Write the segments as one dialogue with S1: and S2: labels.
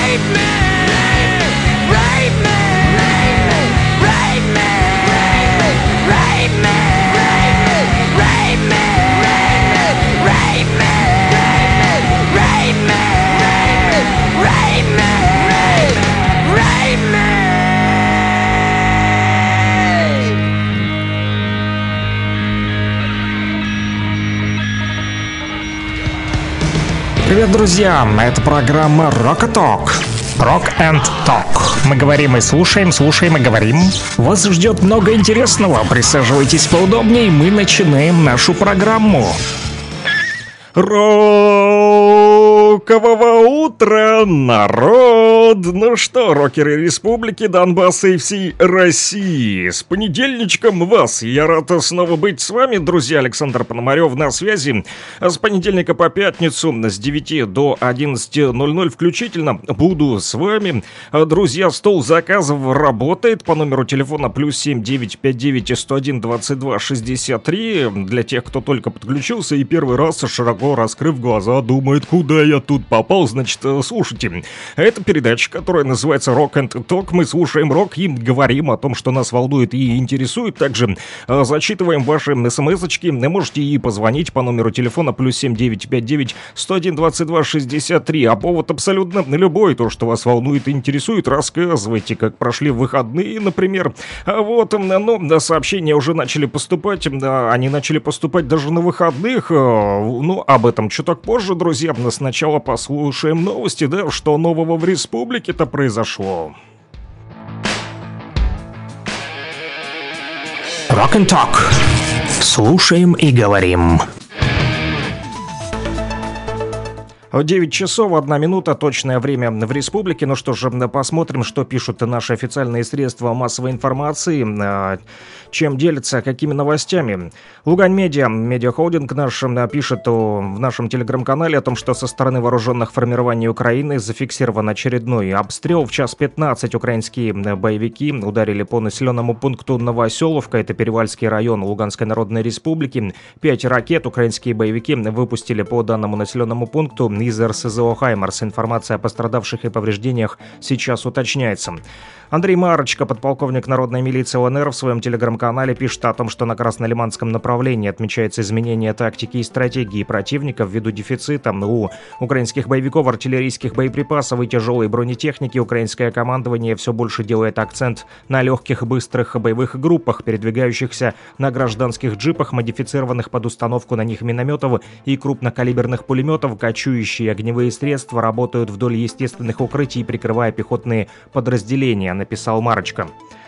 S1: Привет, друзья! Это программа Rock and Talk. Rock and Talk. Мы говорим и слушаем, слушаем и говорим. Вас ждет много интересного. Присаживайтесь поудобнее, мы начинаем нашу программу. Рокового утра, народ! Ну что, рокеры Республики Донбасса и всей России, с понедельничком вас! Я рад снова быть с вами, друзья. Александр Пономарев на связи. С понедельника по пятницу с 9 до 11:00 включительно буду с вами. Друзья, стол заказов работает по номеру телефона +7 959 101 22 63. Для тех, кто только подключился и первый раз, широко раскрыв глаза, думает, куда я тут попал. Значит, слушайте, это передача, которая называется Rock and Talk. Мы слушаем рок и говорим о том, что нас волнует и интересует. Также зачитываем ваши смс-очки. Можете и позвонить по номеру телефона +7 959 101 22 63. А повод абсолютно любой, то, что вас волнует и интересует, рассказывайте, как прошли выходные, например. Вот, но сообщения уже начали поступать. Они начали поступать даже на выходных. Ну, об этом чуток позже, друзья. Сначала послушаем новости, да, что нового в республике-то произошло.
S2: Rock and Talk. Слушаем и говорим.
S1: 9 часов 1 минута, точное время в республике. Ну что же, посмотрим, что пишут наши официальные средства массовой информации, чем делятся, какими новостями. Лугань Медиа, медиахолдинг наш, пишет в нашем телеграм-канале о том, что со стороны вооруженных формирований Украины зафиксирован очередной обстрел. В 1:15 украинские боевики ударили по населенному пункту Новоселовка, это Перевальский район Луганской Народной Республики. 5 ракет украинские боевики выпустили по данному населенному пункту из РСЗО «Хаймарс». Информация о пострадавших и повреждениях сейчас уточняется. Андрей Марочка, подполковник народной милиции ЛНР, в своем телеграм-канале пишет о том, что на Краснолиманском направлении отмечается изменение тактики и стратегии противника ввиду дефицита у украинских боевиков артиллерийских боеприпасов и тяжелой бронетехники. Украинское командование все больше делает акцент на легких, быстрых боевых группах, передвигающихся на гражданских джипах, модифицированных под установку на них минометов и крупнокалиберных пулеметов. Кочующие огневые средства работают вдоль естественных укрытий, прикрывая пехотные подразделения, написал Марочка.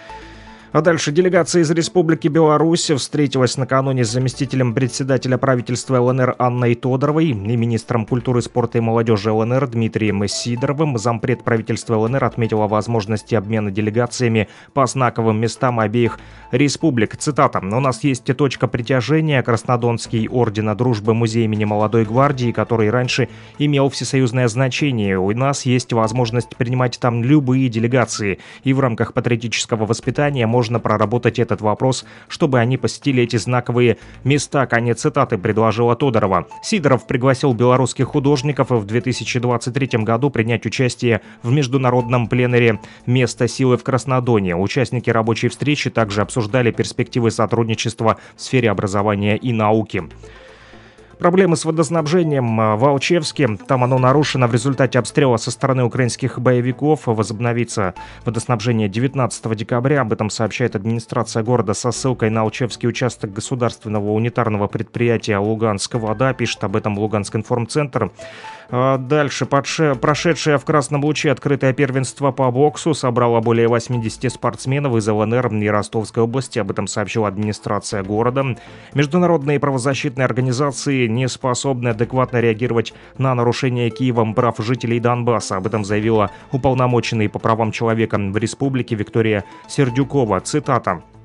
S1: А дальше делегация из Республики Беларусь встретилась накануне с заместителем председателя правительства ЛНР Анной Тодоровой и министром культуры, спорта и молодежи ЛНР Дмитрием Сидоровым. Зампред правительства ЛНР отметила возможности обмена делегациями по знаковым местам обеих республик. Цитата. «У нас есть точка притяжения, Краснодонский ордена дружбы, музей имени Молодой гвардии, который раньше имел всесоюзное значение. У нас есть возможность принимать там любые делегации, и в рамках патриотического воспитания можно проработать этот вопрос, чтобы они посетили эти знаковые места». Конец цитаты, предложила Тодорова. Сидоров пригласил белорусских художников в 2023 году принять участие в международном пленэре «Место силы» в Краснодоне. Участники рабочей встречи также обсуждали перспективы сотрудничества в сфере образования и науки. Проблемы с водоснабжением в Алчевске. Там оно нарушено в результате обстрела со стороны украинских боевиков. Возобновится водоснабжение 19 декабря. Об этом сообщает администрация города со ссылкой на Алчевский участок государственного унитарного предприятия «Луганск вода». Пишет об этом Луганск-информцентр. Дальше. Прошедшее в Красном Луче открытое первенство по боксу собрало более 80 спортсменов из ЛНР и Ростовской области. Об этом сообщила администрация города. Международные правозащитные организации не способны адекватно реагировать на нарушение Киевом прав жителей Донбасса. Об этом заявила уполномоченный по правам человека в республике Виктория Сердюкова. Цитата.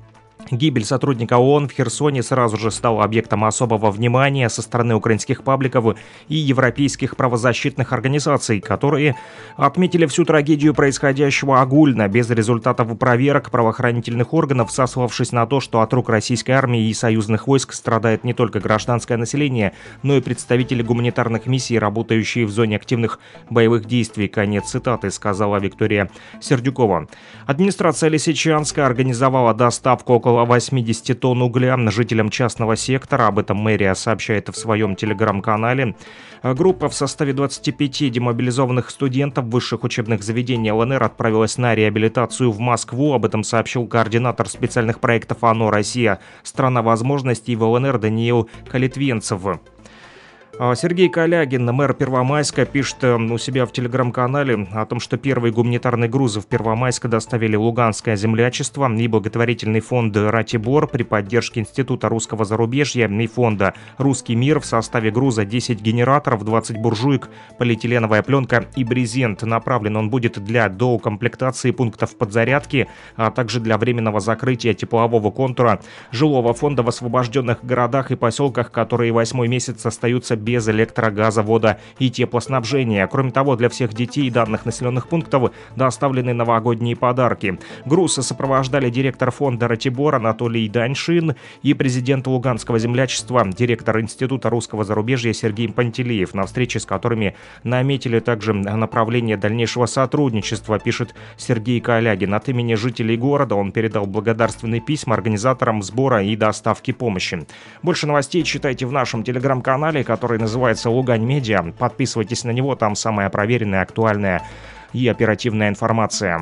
S1: Гибель сотрудника ООН в Херсоне сразу же стала объектом особого внимания со стороны украинских пабликов и европейских правозащитных организаций, которые отметили всю трагедию происходящего огульно, без результатов проверок правоохранительных органов, сославшись на то, что от рук российской армии и союзных войск страдает не только гражданское население, но и представители гуманитарных миссий, работающие в зоне активных боевых действий. Конец цитаты, сказала Виктория Сердюкова. Администрация Лисичанска организовала доставку около 80 тонн угля жителям частного сектора. Об этом мэрия сообщает в своем телеграм-канале. Группа в составе 25 демобилизованных студентов высших учебных заведений ЛНР отправилась на реабилитацию в Москву. Об этом сообщил координатор специальных проектов ОНО «Россия. Страна возможностей» в ЛНР Даниил Калитвенцев. Сергей Калягин, мэр Первомайска, пишет у себя в телеграм-канале о том, что первые гуманитарные грузы в Первомайск доставили Луганское землячество и благотворительный фонд «Ратибор» при поддержке Института русского зарубежья и фонда «Русский мир». В составе груза 10 генераторов, 20 буржуек, полиэтиленовая пленка и брезент. Направлен он будет для доукомплектации пунктов подзарядки, а также для временного закрытия теплового контура жилого фонда в освобожденных городах и поселках, которые 8-й месяц остаются без электрогаза, вода и теплоснабжения. Кроме того, для всех детей данных населенных пунктов доставлены новогодние подарки. Груз сопровождали директор фонда «Ратибор» Анатолий Даньшин и президент Луганского землячества, директор Института русского зарубежья Сергей Пантелеев, на встрече с которыми наметили также направление дальнейшего сотрудничества, пишет Сергей Калягин. От имени жителей города он передал благодарственные письма организаторам сбора и доставки помощи. Больше новостей читайте в нашем телеграм-канале, который называется «Лугань Медиа». Подписывайтесь на него, там самая проверенная, актуальная и оперативная информация.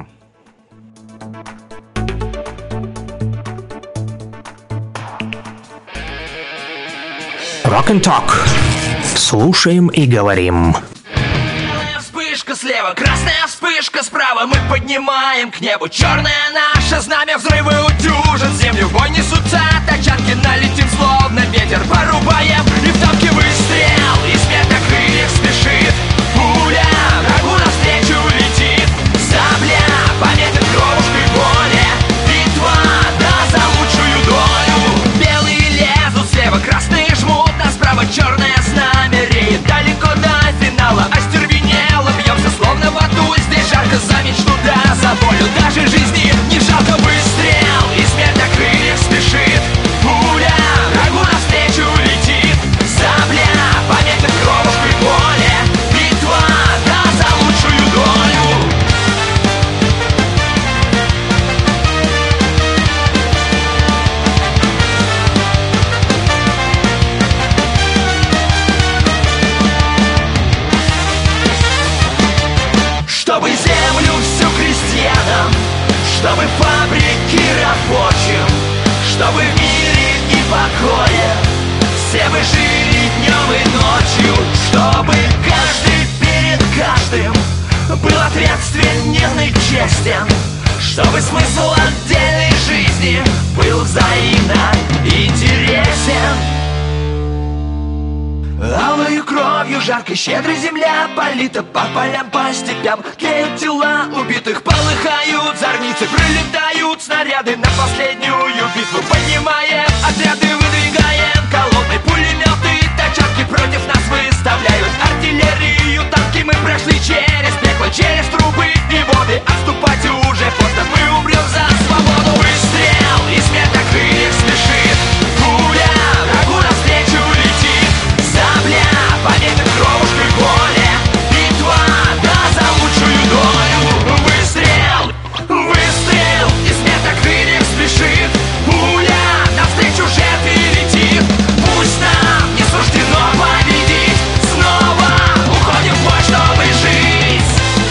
S2: Rock and Talk. Слушаем и говорим.
S3: Вспышка слева, красная вспышка справа. Мы поднимаем к небу черное наше знамя. Взрывы утюжат землю, в бой несутся тачанки. Налетим словно ветер, порубаем. И в танке выстрел, и смерть на крыльях спешит. Пуля врагу навстречу летит. Сабля пометит кровушкой боли. Битва, да, за лучшую долю. Белые лезут слева, красные жмут, а справа черное знамя реет. Далеко до финала, остервенело бьемся словно в аду. Здесь жарко за мечту, да, за волю. Даже жизни не жалко. Выстрел, и смерть на крыльях спешит. Пуля врагу навстречу летит. Сабля пометит кровушкой боли. Битва, да, за лучшую долю. Чтобы землю всю крестьянам, чтобы фабрики рабочим, чтобы в мире и покое все вы жили днем и ночью, чтобы каждый перед каждым был ответственен и честен, чтобы смысл отдельной жизни был взаимно интересен. Алою кровью жаркой щедрой земля полита по полям, по степям. Тлеют тела убитых, полыхают зорницы, прилетают снаряды на последнюю битву. Поднимаем отряды, выдвигаем колонны, пулеметы, тачанки против нас выставляют артиллерию, танки. Мы прошли через пекло, через трубы и воды. Отступать уже поздно, мы умрем за свободу. Выстрел, и смерть на крыльях спешит. Пуля врагу навстречу летит. Сабля пометит кровушкой боли. Битва, да, за лучшую долю. Выстрел, выстрел, и смерть на крыльях спешит. Пуля навстречу жертве летит. Пусть нам не суждено победить. Снова уходим в бой, чтобы жить.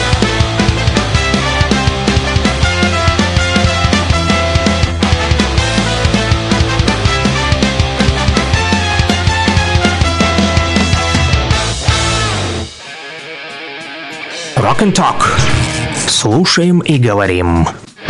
S2: Rock and Talk. Слушаем и говорим.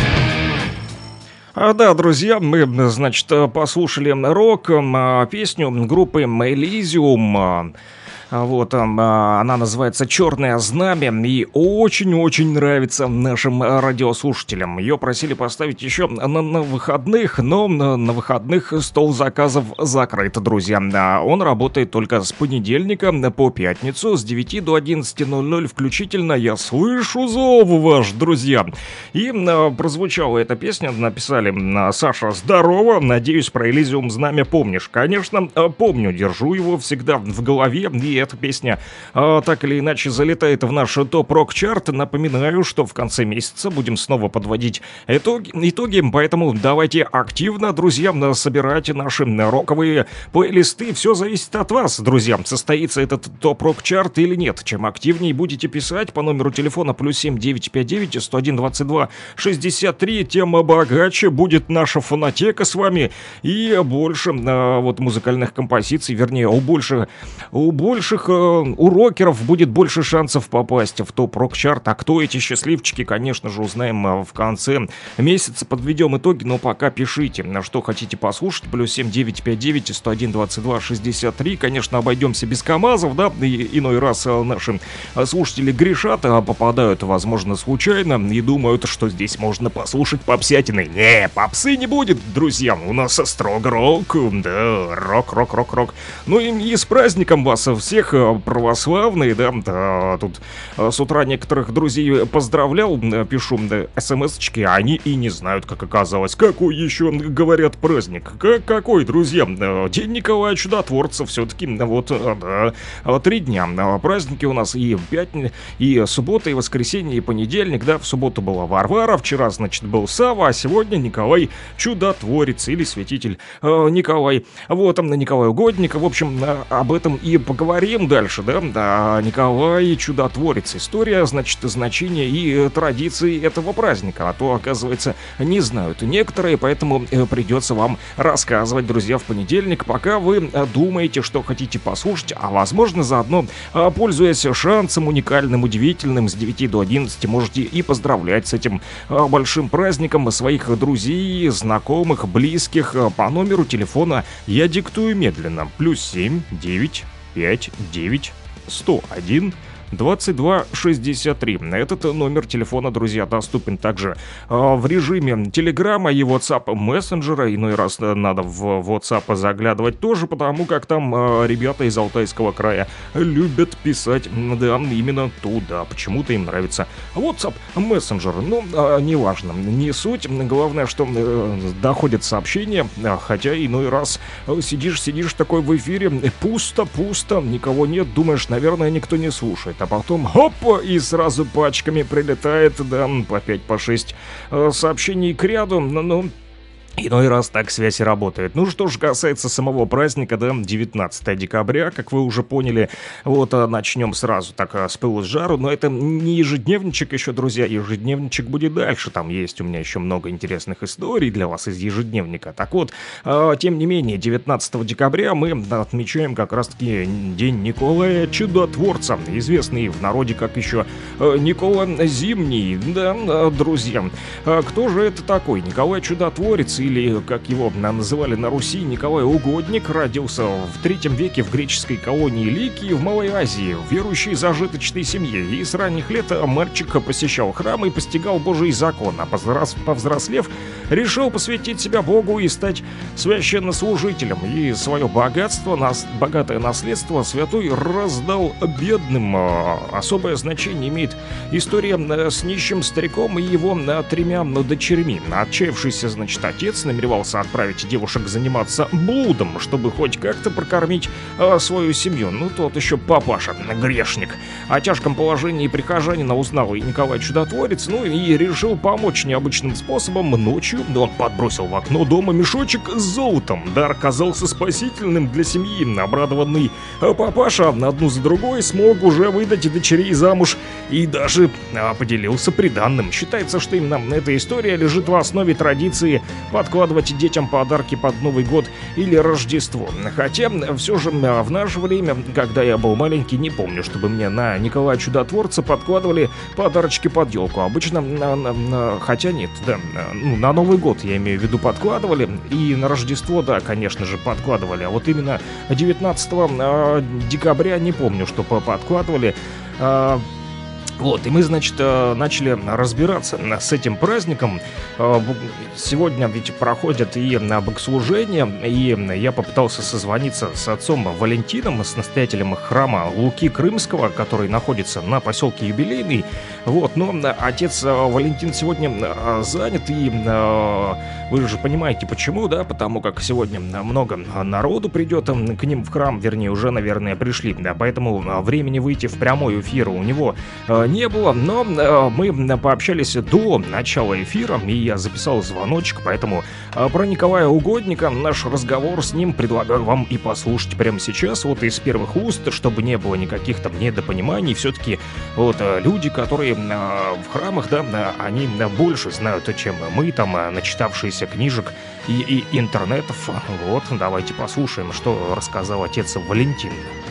S1: Да, друзья, мы, значит, послушали рок, песню группы Elysium. Она называется «Черное знамя» и очень-очень нравится нашим радиослушателям. Ее просили поставить еще на выходных, но на выходных стол заказов закрыт, друзья. Он работает только с понедельника по пятницу с 9 до 11:00 включительно. Я слышу зов ваш, друзья. И прозвучала эта песня, написали: Саша, здорово, надеюсь, про Элизиум знамя помнишь. Конечно, помню, держу его всегда в голове, и эта песня так или иначе залетает в наш топ-рок-чарт. Напоминаю, что в конце месяца будем снова подводить итоги, поэтому давайте активно, друзья, собирайте наши роковые плейлисты. Все зависит от вас, друзья, состоится этот топ-рок-чарт или нет. Чем активнее будете писать по номеру телефона +7 959 101 22 63, тем богаче будет наша фонотека с вами и больше музыкальных композиций, вернее, у рокеров будет больше шансов попасть в топ-рок-чарт. А кто эти счастливчики, конечно же, узнаем в конце месяца, подведем итоги, но пока пишите, на что хотите послушать, +7 959 101 22 63. Конечно, обойдемся без КамАЗов, да, и иной раз наши слушатели грешат, попадают, возможно, случайно и думают, что здесь можно послушать попсятины. Не, попсы не будет, друзья, у нас строго рок, да, рок. Ну и с праздником вас всех, православные, да, тут с утра некоторых друзей поздравлял, пишу смс-очки, а они и не знают, как оказалось, какой еще, говорят, праздник. Какой, друзья? День Николая Чудотворца, все-таки, 3 дня. Праздники у нас и суббота, и воскресенье, и понедельник, да, в субботу была Варвара, вчера, значит, был Сава, а сегодня Николай Чудотворец или святитель Николай. Николай Угодник, в общем, об этом и поговорим дальше, да, Николай Чудотворец. История, значит, значение и традиции этого праздника, а то, оказывается, не знают некоторые, поэтому придется вам рассказывать, друзья, в понедельник, пока вы думаете, что хотите послушать, а возможно, заодно, пользуясь шансом уникальным, удивительным, с 9 до 11 можете и поздравлять с этим большим праздником своих друзей, знакомых, близких по номеру телефона я диктую медленно: +7 959 101 2263. Этот номер телефона, друзья, доступен также в режиме Телеграма и WhatsApp мессенджера. Иной раз надо в WhatsApp заглядывать тоже, потому как там ребята из Алтайского края любят писать, да, именно туда. Почему-то им нравится WhatsApp мессенджер. Ну, неважно, не суть. Главное, что доходят сообщения, хотя иной раз сидишь такой в эфире, пусто, никого нет, думаешь, наверное, никто не слушает. А потом, хоп, и сразу пачками прилетает, да, по 5-6 сообщений к ряду, иной раз так связь и работает. Ну что ж касается самого праздника, да, 19 декабря, как вы уже поняли, начнем сразу так с пылу с жару, но это не ежедневничек еще, друзья, ежедневничек будет дальше, там есть у меня еще много интересных историй для вас из ежедневника. Так вот, тем не менее, 19 декабря мы отмечаем как раз-таки День Николая Чудотворца, известный в народе как еще Никола Зимний, да, друзья. Кто же это такой? Николай Чудотворец, или, как его называли на Руси, Николай Угодник, родился в 3 веке в греческой колонии Ликии в Малой Азии, в верующей зажиточной семье. И с ранних лет мальчик посещал храмы и постигал Божий закон, а повзрослев, решил посвятить себя Богу и стать священнослужителем. И свое богатое наследство святой раздал бедным. Особое значение имеет история с нищим стариком и его 3 дочерьми. Отчаявшийся, значит, отец намеревался отправить девушек заниматься блудом, чтобы хоть как-то прокормить свою семью. Ну, тот еще папаша, грешник. О тяжком положении прихожанина узнал и Николай Чудотворец, ну и решил помочь необычным способом. Ночью он подбросил в окно дома мешочек с золотом. Дар казался спасительным для семьи. Обрадованный папаша одну за другой смог уже выдать дочерей замуж и даже поделился приданным. Считается, что именно эта история лежит в основе традиции подкладывать детям подарки под Новый год или Рождество. Хотя, все же, в наше время, когда я был маленький, не помню, чтобы мне на Николая Чудотворца подкладывали подарочки под елку. Обычно, хотя нет, да, на Новый год, я имею в виду, подкладывали. И на Рождество, да, конечно же, подкладывали. А вот именно 19 декабря не помню, что подкладывали. Вот, и мы, значит, начали разбираться с этим праздником. Сегодня ведь проходят и богослужения, и я попытался созвониться с отцом Валентином, с настоятелем храма Луки Крымского, который находится на поселке Юбилейный. Вот, но отец Валентин сегодня занят, и вы же понимаете, почему, да? Потому как сегодня много народу придет к ним в храм, вернее, уже, наверное, пришли, да, поэтому времени выйти в прямой эфир у него не было, но мы пообщались до начала эфира, и я записал звоночек, поэтому про Николая Угодника наш разговор с ним предлагаю вам и послушать прямо сейчас, вот из первых уст, чтобы не было никаких там недопониманий. Все-таки вот люди, которые в храмах, да, они больше знают, чем мы, там, начитавшиеся книжек и интернетов. Вот, давайте послушаем, что рассказал отец Валентин.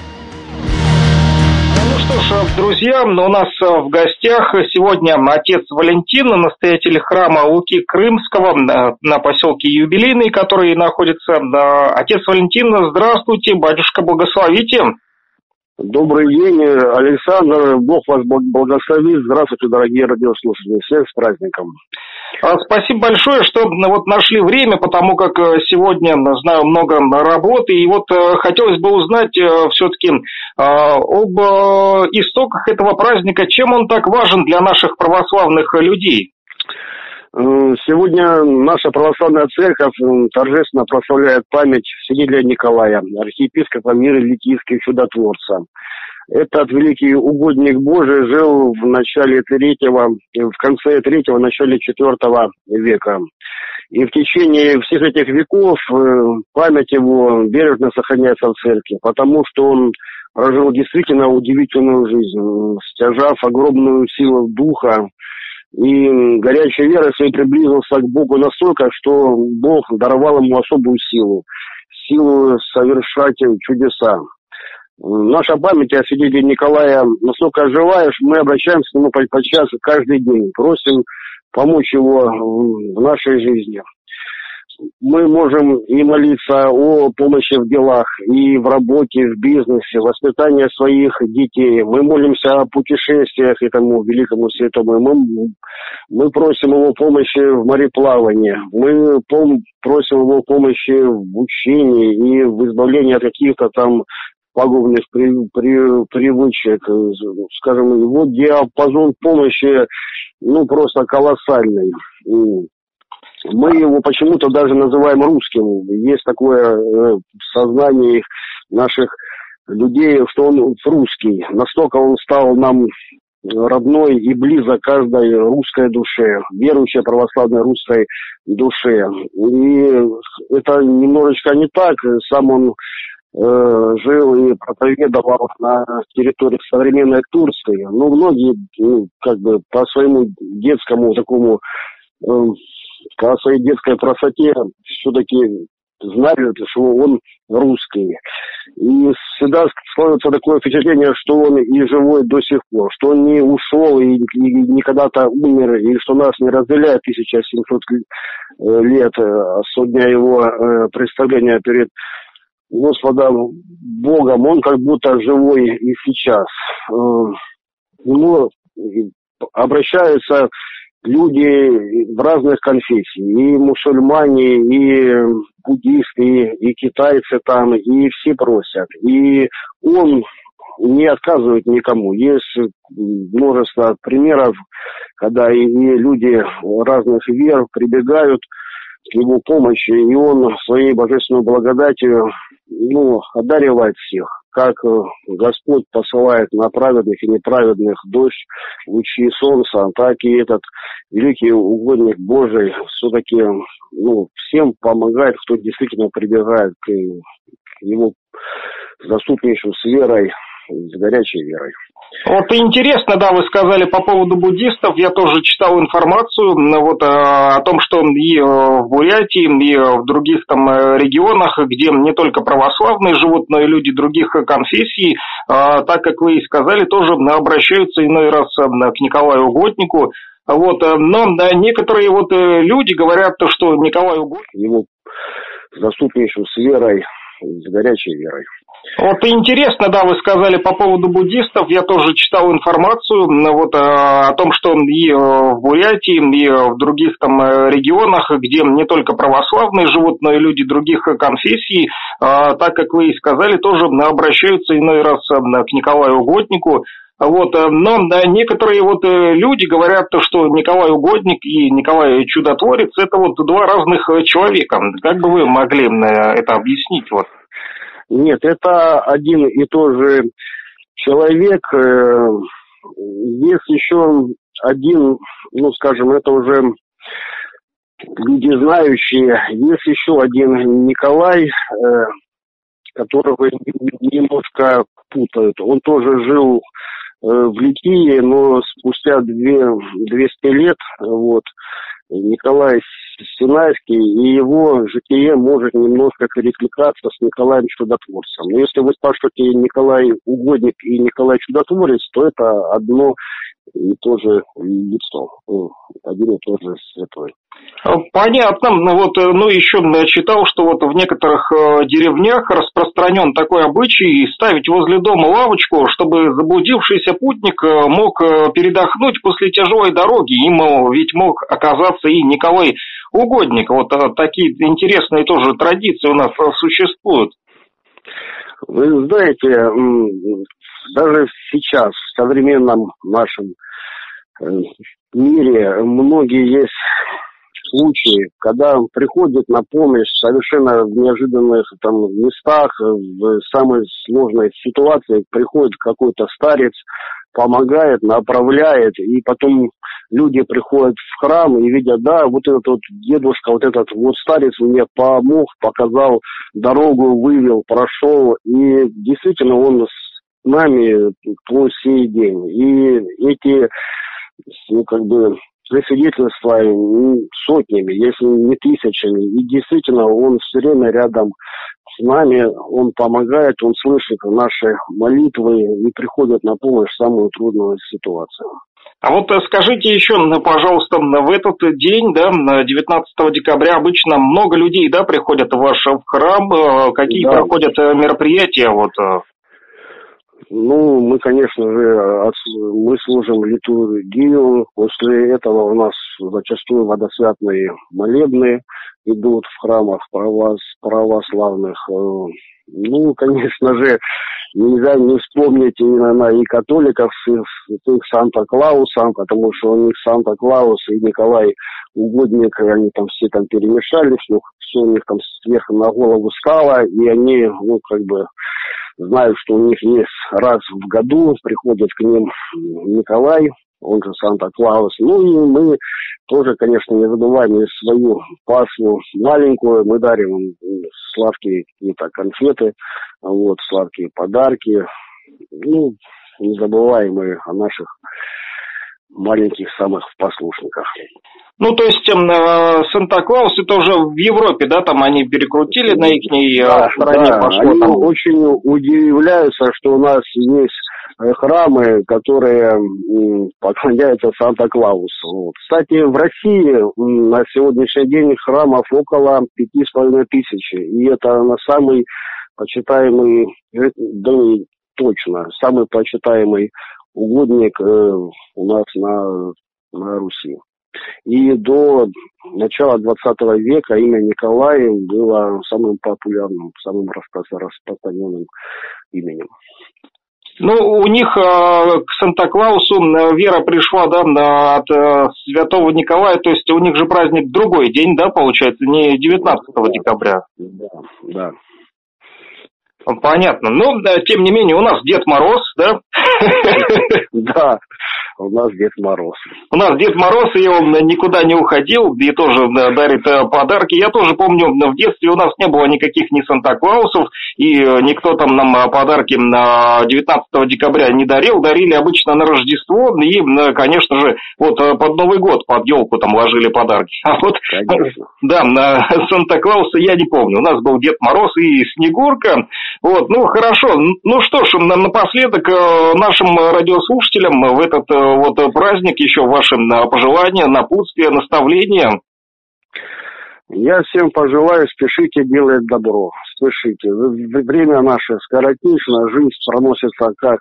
S4: Ну что ж, друзья, у нас в гостях сегодня отец Валентин, настоятель храма Луки Крымского на поселке Юбилейный, который находится. Отец Валентин, здравствуйте, батюшка, благословите.
S5: Добрый день, Александр, Бог вас благословит. Здравствуйте, дорогие радиослушатели, всех с праздником.
S4: Спасибо большое, что вот нашли время, потому как сегодня, знаю, много работы, и вот хотелось бы узнать все-таки об истоках этого праздника, чем он так важен для наших православных людей.
S5: Сегодня наша православная церковь торжественно прославляет память святителя Николая, архиепископа мира Ликийского Чудотворца. Этот великий угодник Божий жил в конце 3-го, начале 4 века. И в течение всех этих веков память его бережно сохраняется в церкви, потому что он прожил действительно удивительную жизнь, стяжав огромную силу духа, и горячей верой своей приблизился к Богу настолько, что Бог даровал ему особую силу совершать чудеса. Наша память о святителе Николая настолько живая, что мы обращаемся к нему подчас каждый день, просим помочь его в нашей жизни. Мы можем и молиться о помощи в делах, и в работе, в бизнесе, в воспитании своих детей. Мы молимся о путешествиях этому великому святому. Мы просим его помощи в мореплавании. Мы просим его помощи в учении и в избавлении от каких-то там пагубных привычек. Скажем, его диапазон помощи, просто колоссальный. Мы его почему-то даже называем русским. Есть такое в сознании наших людей, что он русский. Настолько он стал нам родной и близок каждой русской душе, верующей православной русской душе. И это немножечко не так. Сам он жил и проповедовал на территории современной Турции. Но многие по своему детскому такому по своей детской красоте все-таки знают, что он русский. И всегда складывается такое впечатление, что он и живой до сих пор, что он не ушел и не когда-то умер, и что нас не разделяет 1700 лет со дня его представления перед Господом Богом. Он как будто живой и сейчас. Ему обращаются люди в разных конфессий, и мусульмане, и буддисты, и китайцы там, и все просят. И он не отказывает никому. Есть множество примеров, когда и люди разных вер прибегают к его помощи, и он своей божественной благодатью одаривает всех. Как Господь посылает на праведных и неправедных дождь, лучи солнца, так и этот великий угодник Божий все-таки всем помогает, кто действительно прибегает к его заступничеству с верой, с горячей верой.
S4: Вот интересно, да, вы сказали по поводу буддистов. Я тоже читал информацию вот о том, что и в Бурятии, и в других там регионах, где не только православные живут, но и люди других конфессий, так как вы и сказали, тоже обращаются иной раз к Николаю Угоднику. Вот, но некоторые вот люди говорят, что Николай Угодник...
S5: Его заступничал с верой, с горячей верой.
S4: Вот интересно, да, вы сказали по поводу буддистов. Я тоже читал информацию вот о том, что и в Бурятии, и в других там регионах, где не только православные живут, но и люди других конфессий, так как вы и сказали, тоже обращаются иной раз к Николаю Угоднику. Вот, но некоторые вот люди говорят, что Николай Угодник и Николай Чудотворец — это вот два разных человека. Как бы вы могли это объяснить? Вот?
S5: Нет, это один и тот же человек. Есть еще один, ну, скажем, это уже люди знающие. Есть еще один Николай, которого немножко путают. Он тоже жил в Литии, но спустя 200 лет, вот, Николай Синайский, и его житие может немножко перекликаться с Николаем Чудотворцем. Но если вы спрашиваете Николай Угодник и Николай Чудотворец, то это одно и то же лицо, один и тот же святой.
S4: Понятно. Вот, ну, еще читал, что вот в некоторых деревнях распространен такой обычай ставить возле дома лавочку, чтобы заблудившийся путник мог передохнуть после тяжелой дороги. Им ведь мог оказаться и Николай Угодник. Вот такие интересные тоже традиции у нас существуют.
S5: Вы знаете, даже сейчас, в современном нашем мире, многие есть случаи, когда приходит на помощь совершенно в неожиданных там местах, в самой сложной ситуации, приходит какой-то старец, помогает, направляет, и потом люди приходят в храм и видят, да, вот этот вот дедушка, вот этот вот старец мне помог, показал дорогу, вывел, прошел, и действительно он с нами по сей день. И эти, ну, как бы, свидетельства сотнями, если не тысячами, и действительно он все время рядом с нами, он помогает, он слышит наши молитвы и приходит на помощь в самую трудную ситуацию.
S4: А вот скажите еще, пожалуйста, в этот день, да, 19 декабря, обычно много людей, да, приходят в ваш храм, какие проходят мероприятия, вот?
S5: Ну, мы, конечно же, мы служим литургию, после этого у нас зачастую водосвятные молебны идут в храмах православных. Ну, конечно же, нельзя не вспомнить именно и католиков с их Санта-Клаусом, потому что у них Санта-Клаус и Николай Угодник, они там все там перемешались, все у них там сверху на голову стало, и они, ну, как бы, знают, что у них есть раз в году, приходит к ним Николай, он же Санта-Клаус. Ну и мы тоже, конечно, не забываем и свою Пасху маленькую, мы дарим сладкие какие-то конфеты, вот, сладкие подарки. Ну, не забываем мы о наших маленьких самых послушниках.
S4: Ну, то есть Санта-Клаус это уже в Европе, да, там они перекрутили на их стороне,
S5: да,
S4: пошло
S5: они
S4: там.
S5: очень удивляются, что у нас есть храмы, которые поклоняются Санта-Клаусу. Вот. Кстати, в России на сегодняшний день храмов около 5,5 тысяч, и это на самый почитаемый, да не точно, самый почитаемый угодник у нас на Руси. И до начала 20 века имя Николай было самым популярным, самым распространенным именем.
S4: Ну, у них к Санта-Клаусу вера пришла, да, от Святого Николая, то есть у них же праздник другой день, да, получается, не 19 декабря.
S5: Да.
S4: Понятно. Но, тем не менее, у нас Дед Мороз, да?
S5: Да. у нас Дед Мороз.
S4: У нас Дед Мороз, и он никуда не уходил, и тоже дарит подарки. Я тоже помню, в детстве у нас не было никаких ни Санта-Клаусов, и никто там нам подарки 19 декабря не дарил. Дарили обычно на Рождество, и, конечно же, вот под Новый год под елку там ложили подарки. А вот, конечно. Да, на Санта-Клауса я не помню. У нас был Дед Мороз и Снегурка. Вот, ну, хорошо. Ну что ж, напоследок нашим радиослушателям в этот вот праздник еще ваши пожелания, напутствия, наставления.
S5: Я всем пожелаю, спешите делать добро, спешите. Время наше скоротечно, жизнь проносится как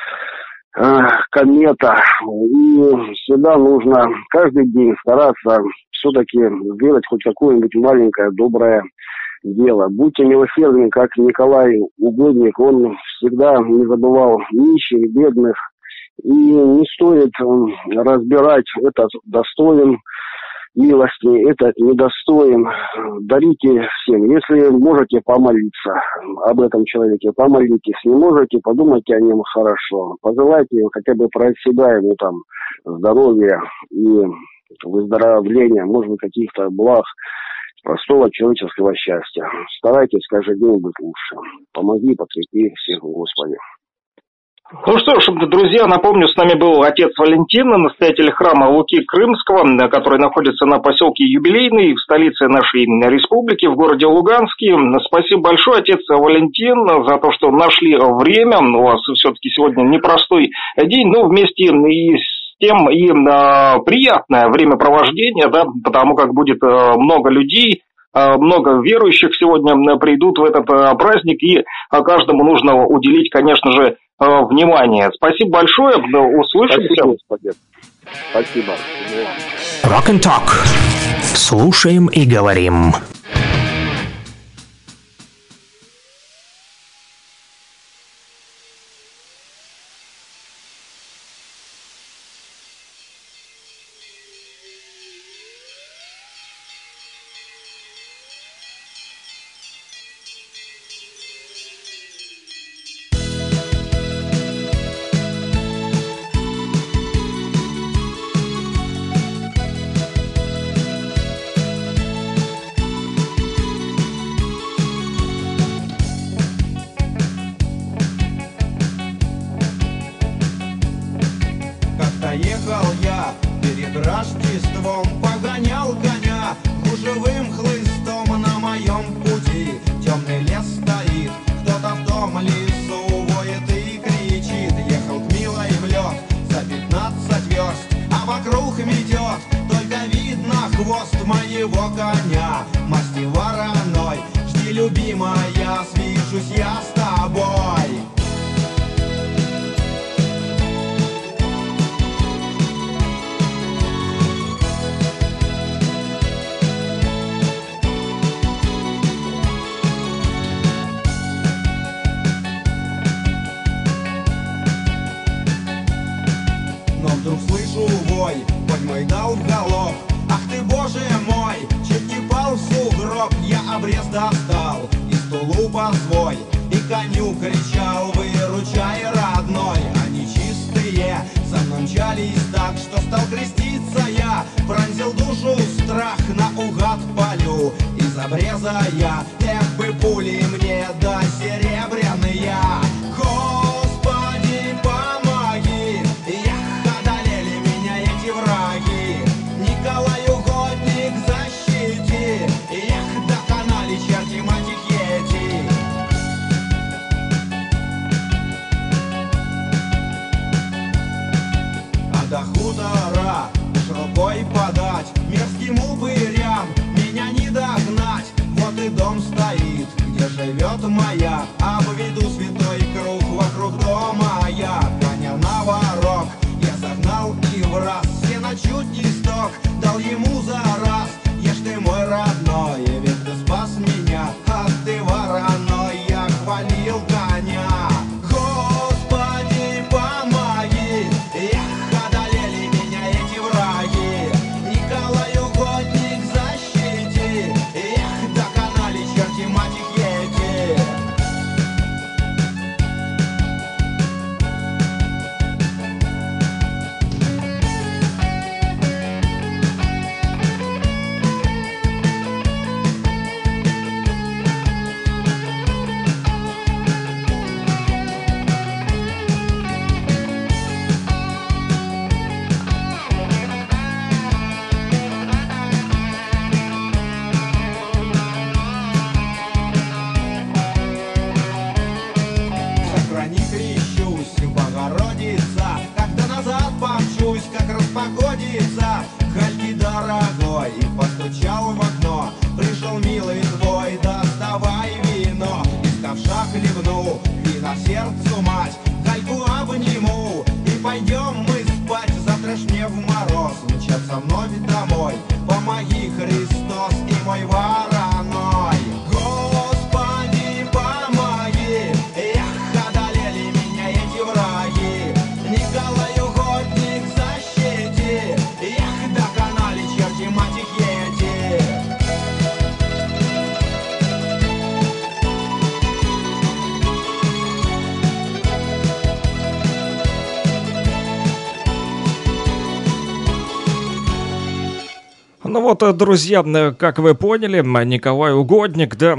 S5: комета, и всегда нужно каждый день стараться все-таки сделать хоть какое-нибудь маленькое доброе дело. Будьте милосердны, как Николай Угодник, он всегда не забывал нищих, бедных, и не стоит разбирать, этот достоин милости, этот недостоин. Дарите всем. Если можете помолиться об этом человеке, помолитесь. Не можете, подумайте о нем хорошо. Пожелайте хотя бы про себя ему там здоровья и выздоровления, может быть, каких-то благ, простого человеческого счастья. Старайтесь каждый день быть лучше. Помоги, подкрепи всех, Господи.
S4: Ну что ж, друзья, напомню, с нами был отец Валентин, настоятель храма Луки Крымского, который находится на поселке Юбилейный, в столице нашей республики, в городе Луганске. Спасибо большое, отец Валентин, за то, что нашли время. У вас все-таки сегодня непростой день, но вместе и с тем и приятное времяпровождение, да, потому как будет много людей, много верующих сегодня придут в этот праздник, и каждому нужно уделить, конечно же, внимание. Спасибо большое, услышимся.
S5: Спасибо.
S2: Rock and Talk. Слушаем и говорим.
S6: походится, хальки дорогой. И постучал в окно, пришел милый твой, доставай вино. Из ковша хлебну, вина сердцу мать, Гальку обниму, и пойдем мы спать. Завтра ж мне в мороз мчаться вновь домой. Помоги, Христос, и мой вороной. Господи, помоги, эх, одолели меня эти враги. Николай угодник, защити, эх, доконали черти мать их ети.
S1: Ну вот, друзья, как вы поняли, Николай Угодник, да,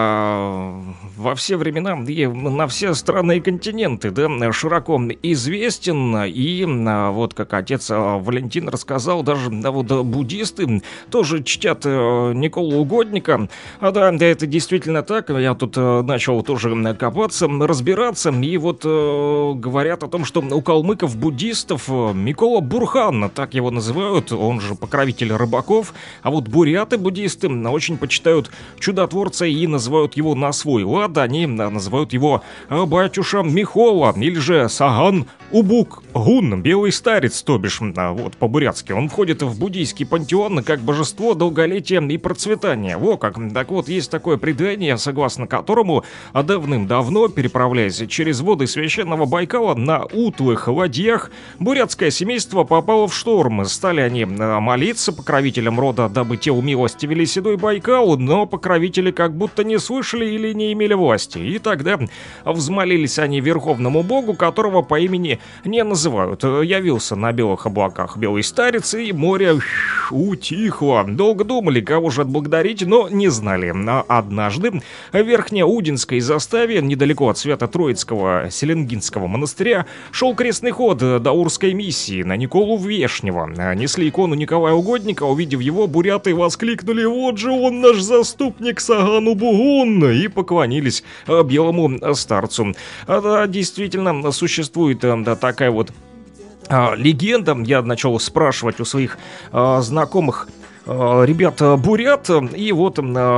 S1: во все времена и на все страны и континенты, да, широко известен. И вот как отец Валентин рассказал, даже вот буддисты тоже чтят Николу Угодника. Да, это действительно так. Я тут начал тоже копаться, разбираться. И вот говорят о том, что у калмыков буддистов Микола Бурхан, так его называют, он же покровитель рыбаков. А вот буряты-буддисты очень почитают чудотворца и называют его на свой лад. Они называют его батюша Михола или же Саган Убук Гун, белый старец, то бишь, вот по-бурятски. Он входит в буддийский пантеон как божество долголетия и процветания. Во как. Так вот, есть такое предание, согласно которому давным-давно, переправляясь через воды священного Байкала на утлых ладьях, бурятское семейство попало в шторм. Стали они молиться покровителям рода, дабы те умилостивили седой Байкал, но покровители как будто не слышали или не имели власти. И тогда взмолились они верховному богу, которого по имени не называют. Явился на белых облаках белый старец, и море утихло. Долго думали, кого же отблагодарить, но не знали. А однажды в Верхнеудинской заставе, недалеко от Свято-Троицкого Селенгинского монастыря, шел крестный ход даурской миссии на Николу Вешнего. Несли икону Николая Угодника. Увидев его, буряты воскликнули: «Вот же он, наш заступник Сагану Бугун!» и поклонились белому старцу. Да, действительно, существует такая вот легенда. Я начал спрашивать у своих знакомых ребят-бурят, и вот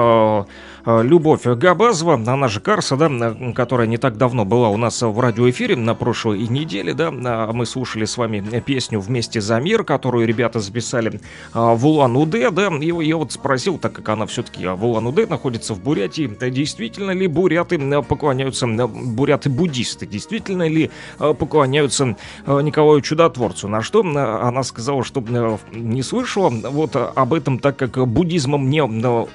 S1: Любовь Габазова, она же Карса, да, которая не так давно была у нас в радиоэфире, на прошлой неделе, да, мы слушали с вами песню «Вместе за мир», которую ребята записали в Улан-Удэ, да, и я вот спросил, так как она все-таки в Улан-Удэ находится в Бурятии, действительно ли буряты поклоняются, буряты-буддисты, действительно ли поклоняются Николаю Чудотворцу, на что она сказала, что не слышала вот об этом, так как буддизмом не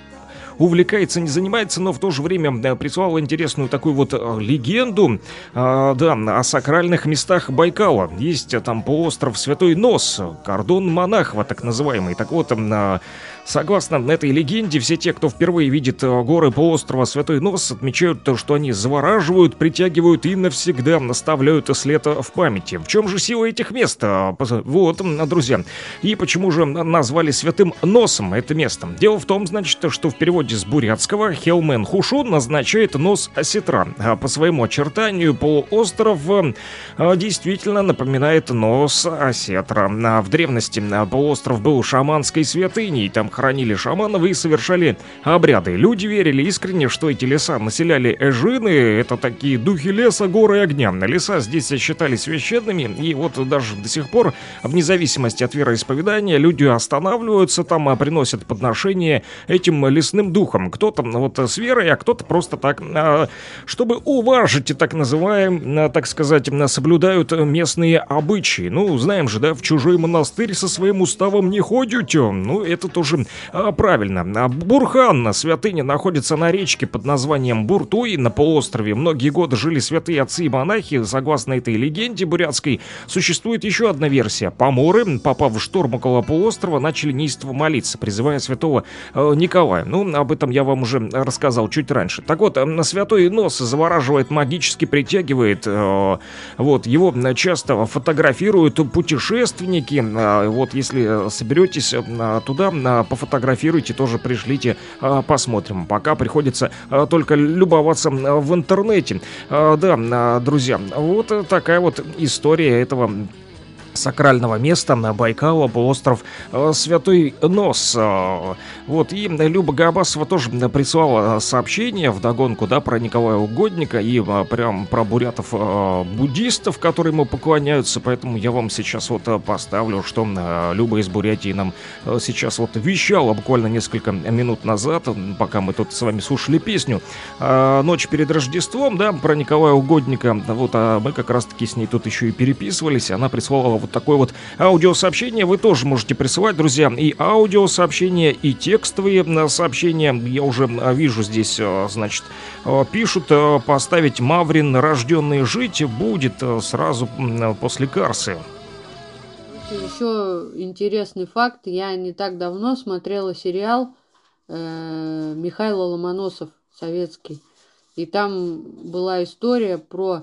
S1: увлекается, не занимается, но в то же время прислал интересную такую вот легенду, да, о сакральных местах Байкала. Есть там полуостров Святой Нос, кордон Монахова, так называемый. Так вот, согласно этой легенде, все те, кто впервые видит горы полуострова Святой Нос, отмечают то, что они завораживают, притягивают и навсегда оставляют след в памяти. В чем же сила этих мест? Вот, друзья. И почему же назвали Святым Носом это место? Дело в том, значит, что в переводе с бурятского Хелмен Хушун означает нос осетра. По своему очертанию полуостров действительно напоминает нос осетра. В древности полуостров был шаманской святыней. Там хранили шаманов и совершали обряды. Люди верили искренне, что эти леса населяли эжины. Это такие духи леса, горы и огня. Леса здесь считались священными. И вот даже до сих пор, вне зависимости от вероисповедания, люди останавливаются там, приносят подношения этим лесным духам. Кто-то вот с верой, а кто-то просто так, чтобы уважить, так называем, так сказать, соблюдают местные обычаи. Ну, знаем же, да, в чужой монастырь со своим уставом не ходите. Ну, это тоже правильно. Бурхан, святыня, находится на речке под названием Буртуй на полуострове. Многие годы жили святые отцы и монахи. Согласно этой легенде бурятской, существует еще одна версия. Поморы, попав в шторм около полуострова, начали неистово молиться, призывая святого Николая. Ну, об этом я вам уже рассказал чуть раньше. Так вот, Святой Нос завораживает, магически притягивает. Вот, его часто фотографируют путешественники. Вот, если соберетесь туда, пофотографируйте, тоже пришлите, посмотрим. Пока приходится только любоваться в интернете. Да, друзья, вот такая вот история этого сакрального места на Байкала, полуостров Святой Нос. Вот, и Люба Габасова тоже прислала сообщение вдогонку, да, про Николая Угодника и прям про бурятов-буддистов, которые ему поклоняются, поэтому я вам сейчас вот поставлю, что Люба из Бурятии нам сейчас вот вещала буквально несколько минут назад, пока мы тут с вами слушали песню «Ночь перед Рождеством», да, про Николая Угодника, вот, а мы как раз-таки с ней тут еще и переписывались, она прислала вот такое вот аудиосообщение. Вы тоже можете присылать, друзья, и аудиосообщения, и текстовые сообщения. Я уже вижу здесь, значит, пишут: поставить Маврин «Рожденный жить» будет сразу после Карсы.
S7: Еще интересный факт. Я не так давно смотрела сериал Михаил Ломоносов, советский. И там была история про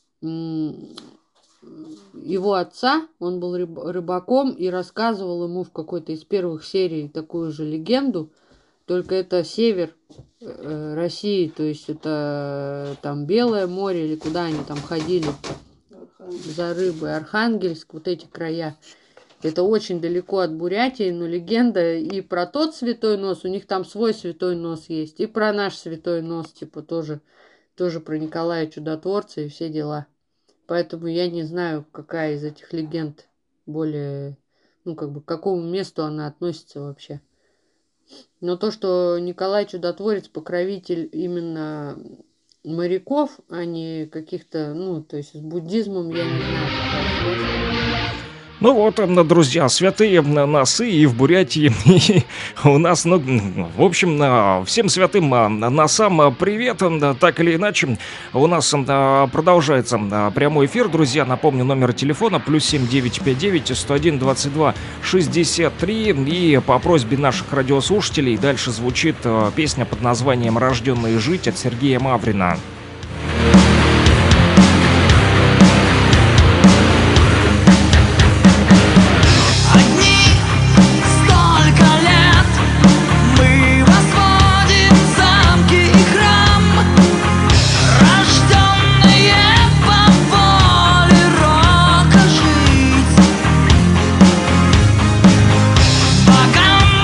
S7: его отца, он был рыбаком и рассказывал ему в какой-то из первых серий такую же легенду, только это север России, то есть это там Белое море или куда они там ходили за рыбой, Архангельск, вот эти края. Это очень далеко от Бурятии, но легенда и про тот Святой Нос, у них там свой Святой Нос есть, и про наш Святой Нос, типа тоже про Николая Чудотворца и все дела. Поэтому я не знаю, какая из этих легенд более, ну, как бы, к какому месту она относится вообще. Но то, что Николай Чудотворец покровитель именно моряков, а не каких-то, ну, то есть с буддизмом, я не знаю, какая связь.
S1: Ну вот, друзья, святые носы и в Бурятии и у нас, ну, в общем, всем святым носам привет, так или иначе. У нас продолжается прямой эфир, друзья, напомню, номер телефона +7 959 101 22 63, и по просьбе наших радиослушателей дальше звучит песня под названием «Рожденные жить» от Сергея Маврина.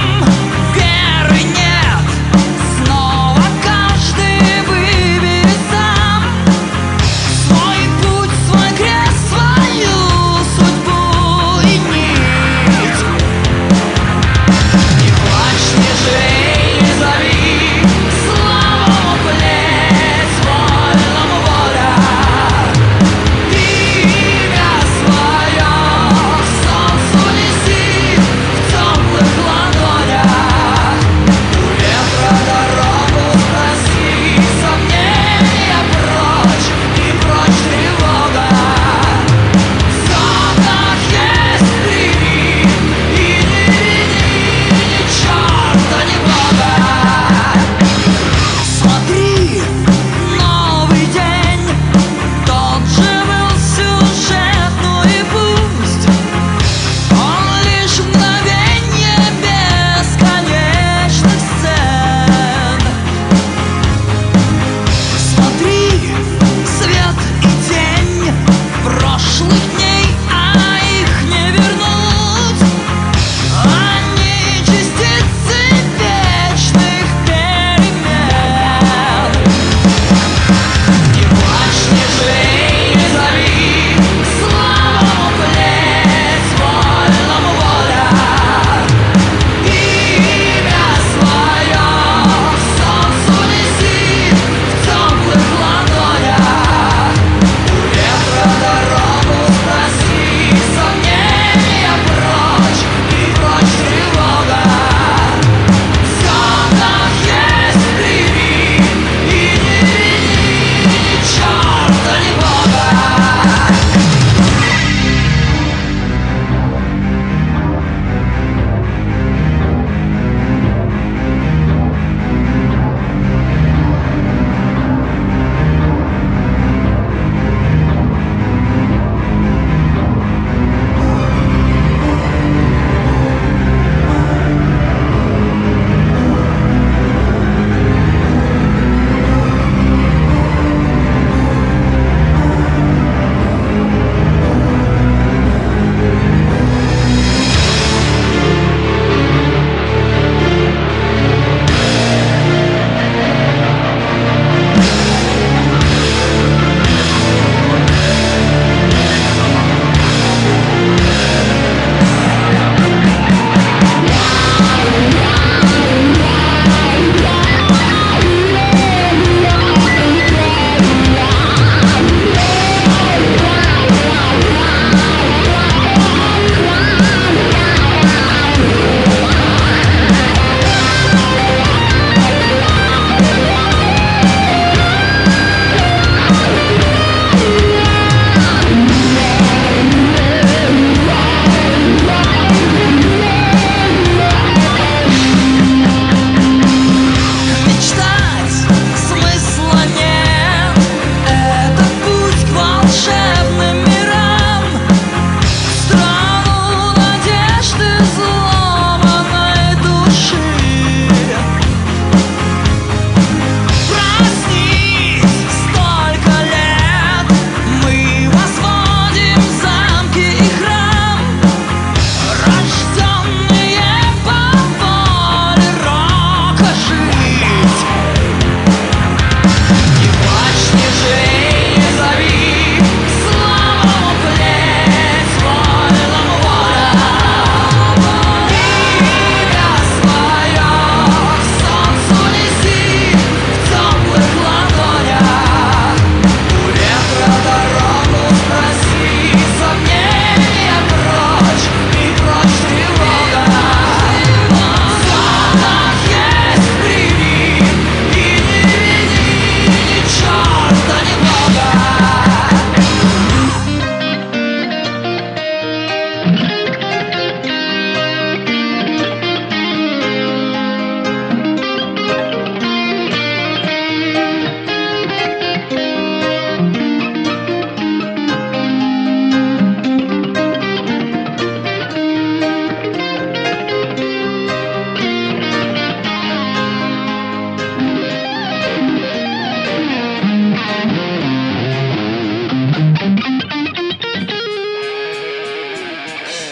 S3: Веры нет, снова каждый выберет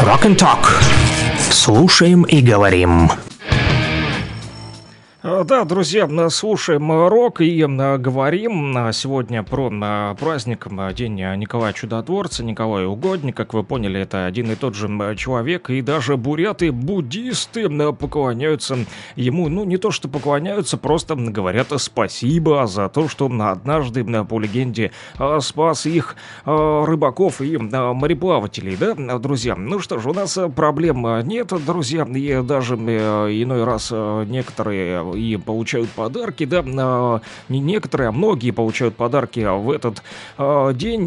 S2: Rock and Talk. Слушаем и говорим.
S1: Да, друзья, слушаем рок и говорим сегодня про праздник, День Николая Чудотворца, Николая Угодника. Как вы поняли, это один и тот же человек, и даже буряты-буддисты поклоняются ему. Ну, не то что поклоняются, просто говорят спасибо за то, что однажды, по легенде, спас их рыбаков и мореплавателей, да, друзья? Ну что ж, у нас проблем нет, друзья, и даже иной раз некоторые и получают подарки, да, не некоторые, а многие получают подарки в этот день,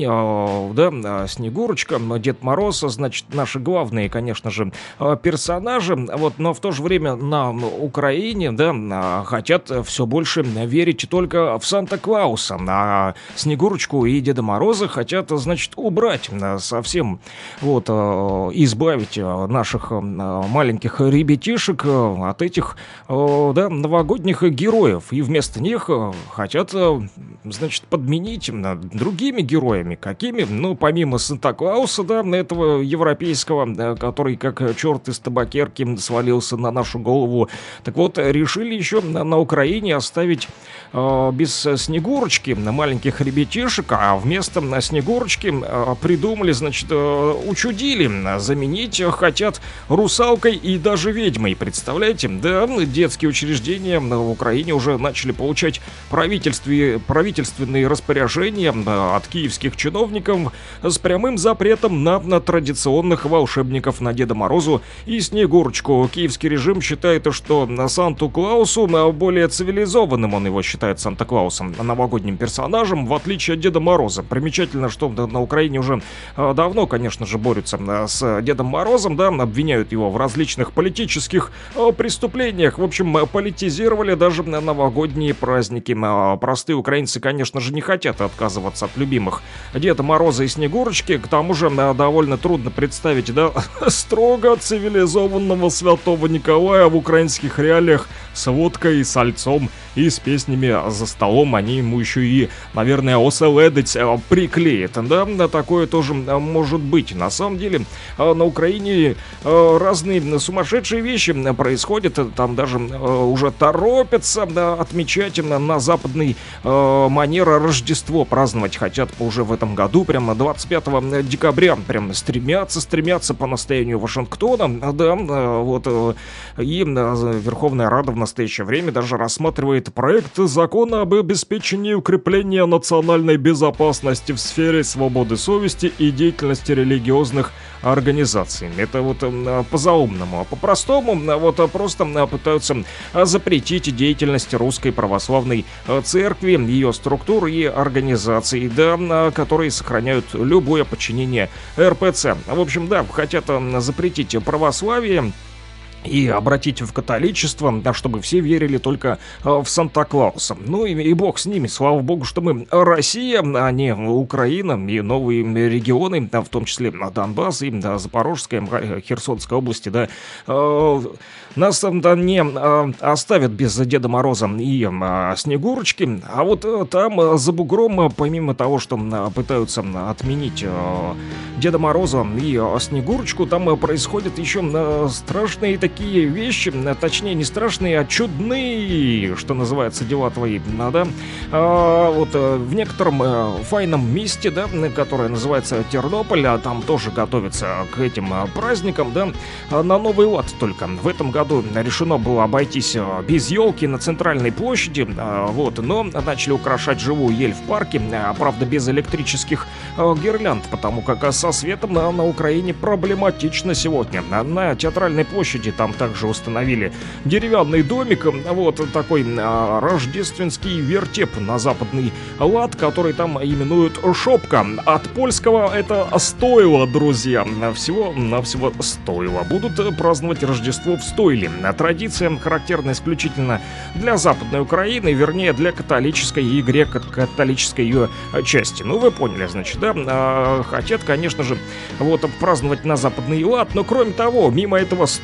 S1: да, Снегурочка, Дед Мороз, значит, наши главные, конечно же, персонажи, вот, но в то же время на Украине, да, хотят все больше верить только в Санта-Клауса, а Снегурочку и Деда Мороза хотят, значит, убрать совсем, вот, избавить наших маленьких ребятишек от этих, да, новогодних героев, и вместо них хотят, значит, подменить другими героями. Какими? Ну, помимо Санта-Клауса, да, этого европейского, который как черт из табакерки свалился на нашу голову. Так вот, решили еще на Украине оставить без Снегурочки маленьких ребятишек, а вместо Снегурочки придумали, значит, учудили, заменить хотят русалкой и даже ведьмой. Представляете? Да, детские учреждения в Украине уже начали получать правительственные распоряжения от киевских чиновников с прямым запретом на традиционных волшебников, на Деда Морозу и Снегурочку. Киевский режим считает, что Санту-Клаусу более цивилизованным, он его считает, Санта-Клаусом, новогодним персонажем, в отличие от Деда Мороза. Примечательно, что на Украине уже давно, конечно же, борются с Дедом Морозом, да, обвиняют его в различных политических преступлениях. В общем, политизировали даже новогодние праздники. Простые украинцы, конечно же, не хотят отказываться от любимых Деда Мороза и Снегурочки. К тому же довольно трудно представить, да, строго цивилизованного святого Николая в украинских реалиях с водкой и сальцом и с песнями за столом. Они ему еще и, наверное, оселедить приклеят. Да, такое тоже может быть. На самом деле, на Украине разные сумасшедшие вещи происходят. Там даже уже торопятся, да, отмечать на западный манер Рождество. Праздновать хотят уже в этом году, прямо 25 декабря. Прям стремятся по настоянию Вашингтона. Да, вот. И Верховная Рада в настоящее время даже рассматривает проект закона об обеспечении укрепления национальной безопасности в сфере свободы совести и деятельности религиозных организаций. Это вот по-заумному, а по-простому вот просто пытаются запретить деятельность Русской Православной Церкви, ее структур и организаций, да, которые сохраняют любое подчинение РПЦ. В общем, да, хотят запретить православие и обратить в католичество, да, чтобы все верили только в Санта-Клауса. Ну и бог с ними, слава богу, что мы Россия, а не Украина и новые регионы, да, в том числе Донбасс и Запорожская, Херсонская области, да, нас да, не оставят без Деда Мороза и Снегурочки, а вот там за бугром, помимо того, что пытаются отменить Деда Мороза и Снегурочку, там происходят еще страшные такие вещи, точнее не страшные, а чудные, что называется, дела твои, да, вот в некотором файном месте, да, которое называется Тернополь, а там тоже готовится к этим праздникам, да, на Новый лад только. В этом году решено было обойтись без елки на центральной площади, вот, но начали украшать живую ель в парке, правда без электрических гирлянд, потому как со светом на Украине проблематично сегодня. На театральной площади там также установили деревянный домик, вот такой рождественский вертеп на западный лад, который там именуют шопка. От польского это стойло, друзья. Всего-навсего стойло. Будут праздновать Рождество в стойле. Традиция характерна исключительно для Западной Украины, вернее для католической и греко-католической ее части. Ну вы поняли, значит, да? Хотят, конечно же, вот праздновать на западный лад, но кроме того, мимо этого стойла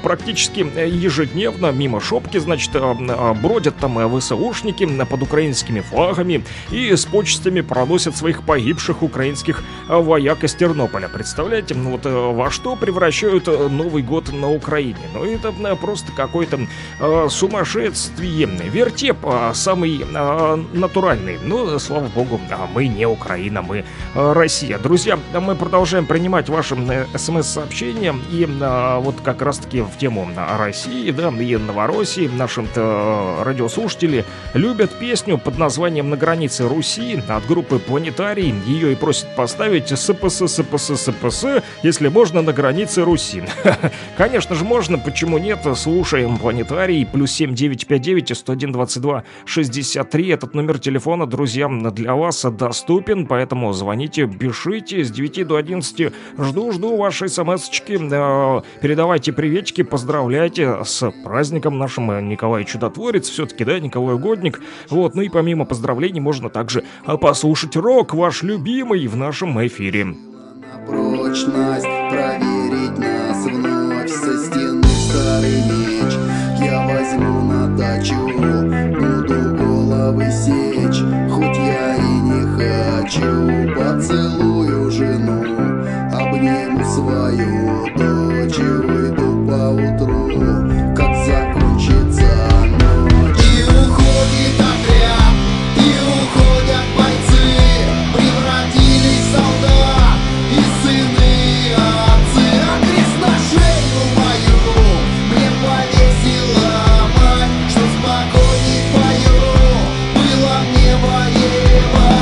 S1: практически ежедневно мимо шопки, значит, бродят там ВСУшники под украинскими флагами и с почестями проносят своих погибших украинских вояк из Тернополя. Представляете, ну вот во что превращают Новый год на Украине? Ну это просто какое-то сумасшествие. Вертеп самый натуральный. Но, слава богу, мы не Украина, мы Россия. Друзья, мы продолжаем принимать ваши смс-сообщения. И вот как раз-таки в тему России, да, и Новороссии наши-то радиослушатели любят песню под названием «На границе Руси» от группы «Планетарий». Ее и просят поставить СПС, если можно, на границе Руси. Конечно же можно, почему нет? Слушаем «Планетарий», +7 959 101 22 63. Этот номер телефона, друзья, для вас доступен, поэтому звоните, пишите с 9 до 11. Жду ваши смс-очки. Передавайте приветики, поздравляйте с праздником нашим Николай Чудотворец, все-таки, да, Николай Угодник. Вот, ну и помимо поздравлений можно также послушать рок, ваш любимый, в нашем эфире.
S8: Прочность, проверить нас вновь со стены старый меч. Я возьму на дачу, буду головы сечь. Хоть я и не хочу, поцелую жену, обниму свою дочь и выйду поутру, как закончится ночь. И уходит отряд, и уходят бойцы, превратились в солдат и сыны отцы. А крест на шею мою мне повесила мать, что спокойней в бою было мне воевать.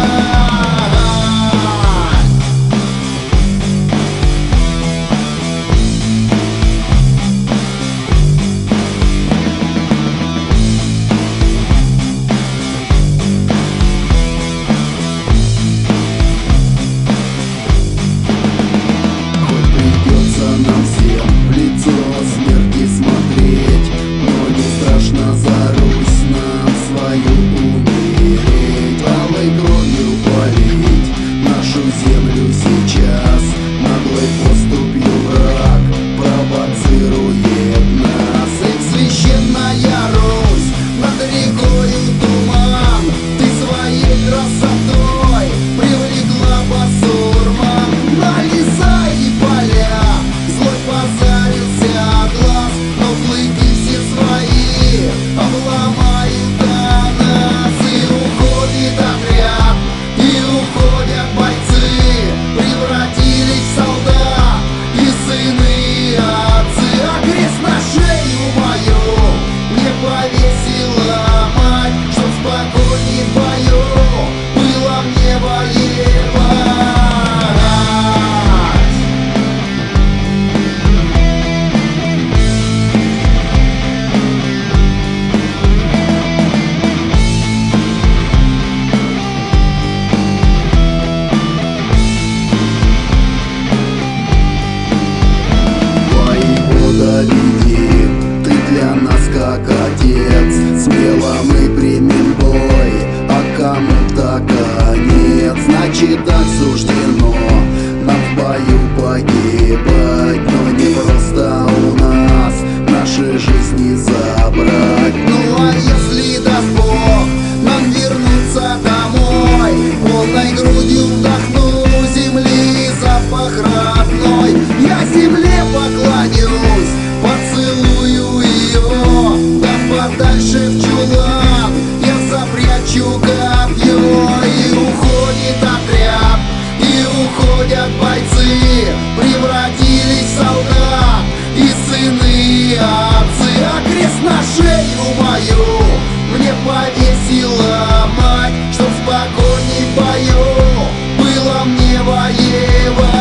S8: Хоть придется нам всем в лицо смерти смотреть, но не страшно за Русь нам свою умереть. Алой кровью полить нашу землю сейчас, наглой поступью враг провоцирует нас. Эх, священная Русь, над рекою туман, ты своей красотой привлекла басурман. На леса и поля злой позарился глаз, но клыки все свои обломают до нас. И уходит отряд, и уходят бойцы, превратились в солдат и сыны отцы. А крест на шею мою мне повесила мать, чтоб спокойней в бою было мне воевать. Воевода, веди, ты для нас как отец, смело мы примем бой, а кому-то конец. Значит, так суждено нам в бою погибать, но не просто у нас наши жизни забрать. Ну а если даст Бог нам вернуться домой, полной грудью вдохну земли запах родной, я земле поклонюсь, поцелую ее, да подальше в чулан я запрячу копье. И уходит отряд, и уходят бойцы, превратились в солдат и сыны отцы. А крест на шею мою мне повесила мать, чтоб спокойней в бою было мне воевать.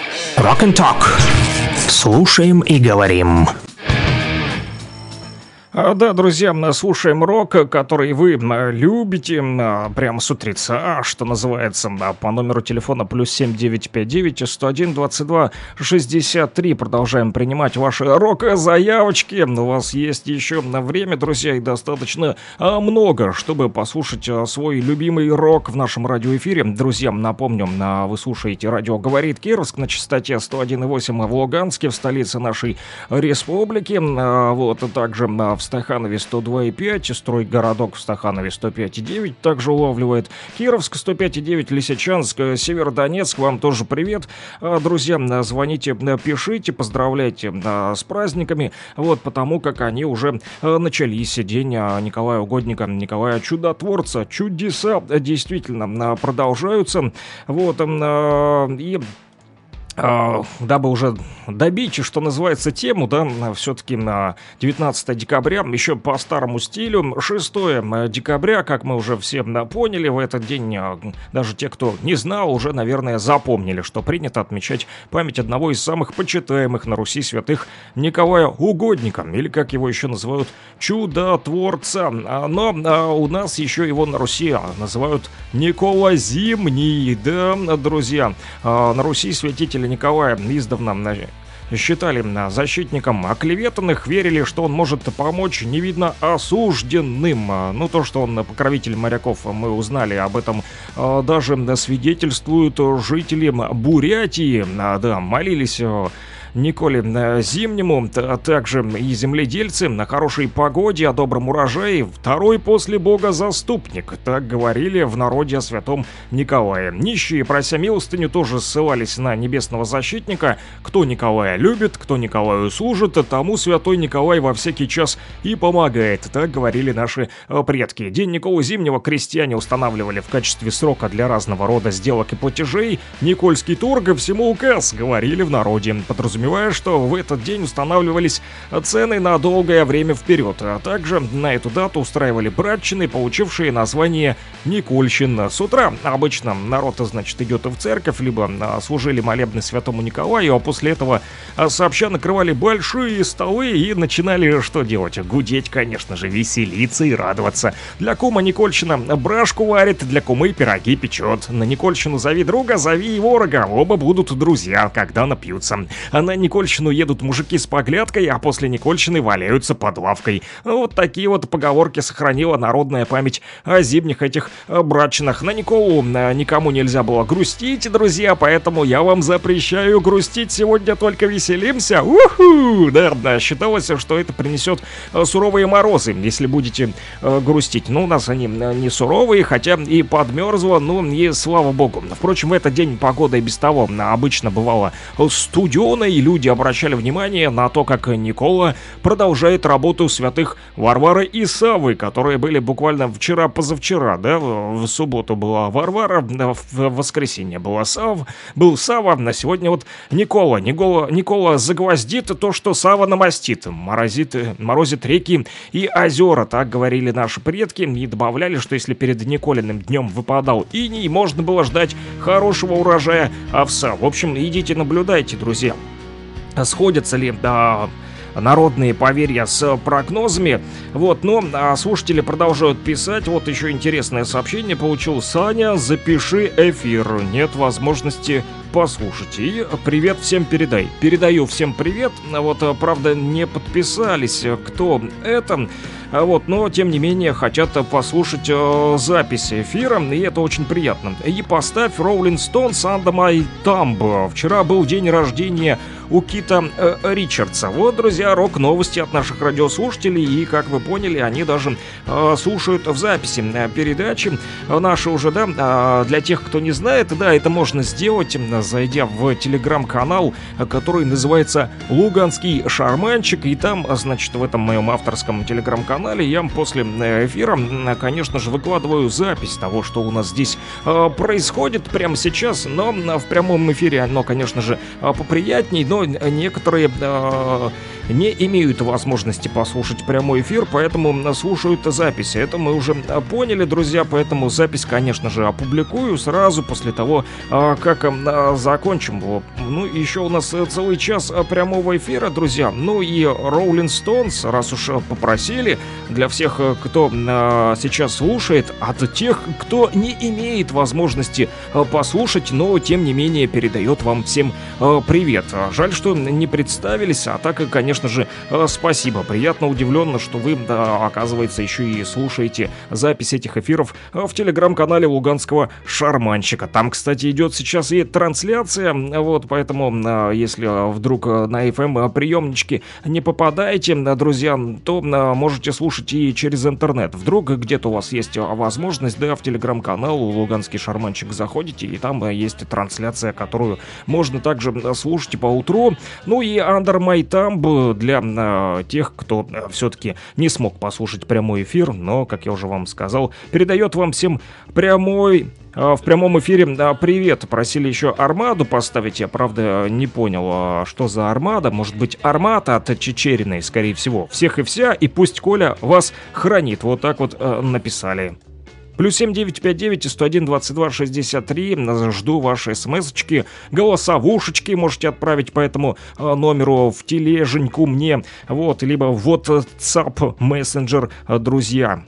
S2: Rock and Talk. Слушаем и говорим.
S1: Да, друзья, слушаем рок, который вы любите прямо с утреца, что называется, по номеру телефона +7 959 101 22 63. Продолжаем принимать ваши рок-заявочки. У вас есть еще время, друзья, и достаточно много, чтобы послушать свой любимый рок в нашем радиоэфире. Друзья, напомню, вы слушаете радио «Говорит Кировск» на частоте 101,8 в Луганске, в столице нашей республики. Вот, а также в Стаханове 102,5, Стройгородок в Стаханове 105,9, также улавливает Кировск 105,9, Лисичанск, Северодонецк, вам тоже привет, друзья, звоните, пишите, поздравляйте с праздниками, вот, потому как они уже начались, день Николая Угодника, Николая Чудотворца, чудеса действительно продолжаются, вот, и... дабы уже добить, что называется, тему, да, все-таки на 19 декабря, еще по старому стилю, 6 декабря, как мы уже все поняли, в этот день даже те, кто не знал, уже, наверное, запомнили, что принято отмечать память одного из самых почитаемых на Руси святых Николая Угодника, или, как его еще называют, Чудотворца. Но у нас еще его на Руси называют Никола Зимний, да, друзья, на Руси святитель Николая издавна считали защитником оклеветанных, верили, что он может помочь невидно осужденным. Ну, то, что он покровитель моряков, мы узнали об этом, даже свидетельствуют жители Бурятии. Да, молились Николе Зимнему, а также и земледельцы на хорошей погоде, о добром урожае, второй после Бога заступник, так говорили в народе о святом Николае. Нищие, прося милостыню, тоже ссылались на небесного защитника. Кто Николая любит, кто Николаю служит, тому святой Николай во всякий час и помогает, так говорили наши предки. День Николы Зимнего крестьяне устанавливали в качестве срока для разного рода сделок и платежей. Никольский торг всему указ, говорили в народе, подразумевая, что в этот день устанавливались цены на долгое время вперед, а также на эту дату устраивали братчины, получившие название Никольщин. С утра обычно народ, значит, идет в церковь, либо служили молебны святому Николаю, а после этого сообща накрывали большие столы и начинали что делать? Гудеть, конечно же, веселиться и радоваться. Для кума Никольщина брашку варит, для кумы пироги печет. На Никольщину зови друга, зови и ворога, оба будут друзья, когда напьются. А на Никольщину едут мужики с поглядкой, а после Никольщины валяются под лавкой. Вот такие вот поговорки сохранила народная память о зимних этих братчинах. На Николу никому нельзя было грустить, друзья, поэтому я вам запрещаю грустить. Сегодня только веселимся. Уху! Да, считалось, что это принесет суровые морозы, если будете грустить. Ну, у нас они не суровые, хотя и подмерзло, ну и слава богу. Впрочем, в этот день погода и без того обычно бывала студеной, и люди обращали внимание на то, как Никола продолжает работу святых Варвары и Саввы, которые были буквально вчера-позавчера, да, в субботу была Варвара, в воскресенье был Савва, на сегодня вот Никола загвоздит то, что Савва намостит, морозит реки и озера, так говорили наши предки, и добавляли, что если перед Николиным днем выпадал иней, можно было ждать хорошего урожая овса. В общем, идите наблюдайте, друзья, сходятся ли народные поверья с прогнозами. Вот, но слушатели продолжают писать. Вот еще интересное сообщение получил. Саня, запиши эфир. Нет возможности послушать. И привет всем передай. Передаю всем привет. Вот, правда, не подписались, кто это. Вот, но, тем не менее, хотят послушать запись эфира, и это очень приятно. И поставь Rolling Stones Under My Thumb. Вчера был день рождения у Кита Ричардса. Вот, друзья, рок-новости от наших радиослушателей, и, как вы поняли, они даже слушают в записи передачи наши уже, да. Для тех, кто не знает, да, это можно сделать, зайдя в телеграм-канал, который называется «Луганский шарманчик», и там, значит, в этом моем авторском телеграм-канале я после эфира, конечно же, выкладываю запись того, что у нас здесь происходит прямо сейчас, но в прямом эфире оно, конечно же, поприятней, но некоторые не имеют возможности послушать прямой эфир, поэтому слушают записи. Это мы уже поняли, друзья, поэтому запись, конечно же, опубликую сразу после того, как закончим его. Ну, еще у нас целый час прямого эфира, друзья. Ну и Rolling Stones, раз уж попросили, для всех, кто сейчас слушает, от тех, кто не имеет возможности послушать, но тем не менее передает вам всем привет. Жаль, что не представились, а так, конечно же, спасибо. Приятно удивленно, что вы, оказывается, еще и слушаете запись этих эфиров в телеграм-канале Луганского шарманщика. Там, кстати, идет сейчас и трансляция, вот, поэтому, если вдруг на FM-приемнички не попадаете, друзья, то можете слушать и через интернет. Вдруг где-то у вас есть возможность, да, в телеграм-канал Луганский шарманщик заходите, и там есть трансляция, которую можно также слушать по утру. Ну и Under My Thumb для тех, кто все-таки не смог послушать прямой эфир, но, как я уже вам сказал, передает вам всем в прямом эфире привет. Просили еще Армаду поставить. Я, правда, не понял, что за Армада. Может быть, Армата от Чечериной, скорее всего. Всех и вся, и пусть Коля вас хранит. Вот так вот написали. +7 959 101 22 63. Жду ваши смс-очки, голосовушечки можете отправить по этому номеру в тележеньку мне. Вот, либо в WhatsApp Messenger, друзья.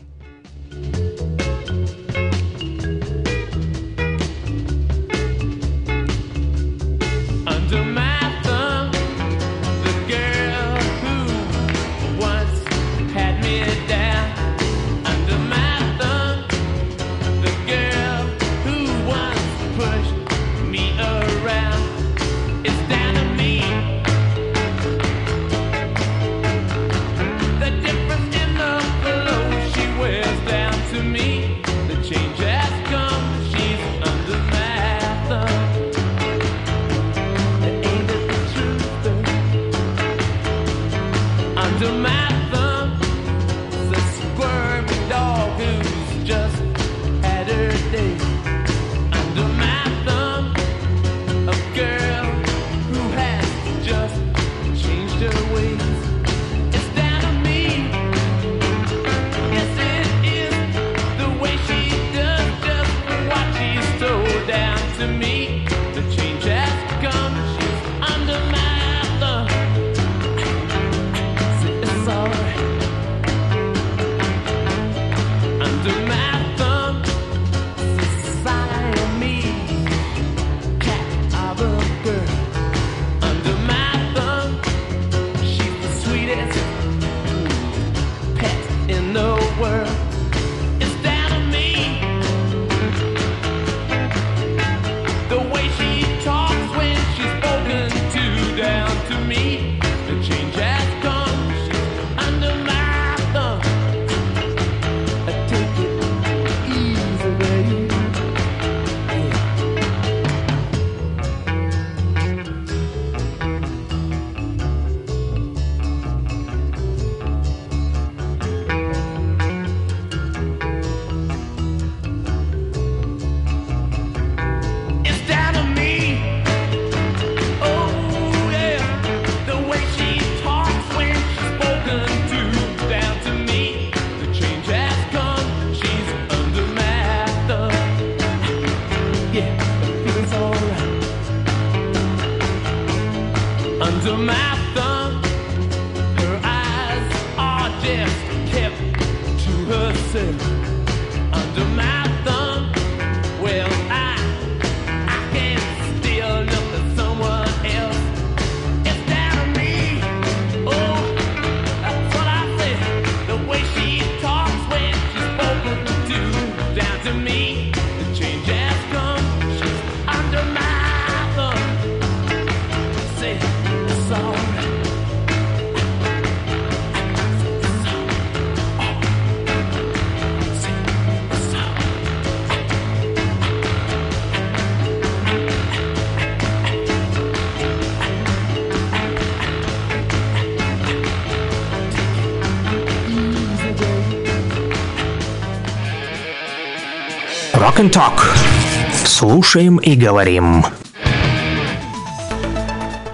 S2: Rock and Talk. Слушаем и говорим.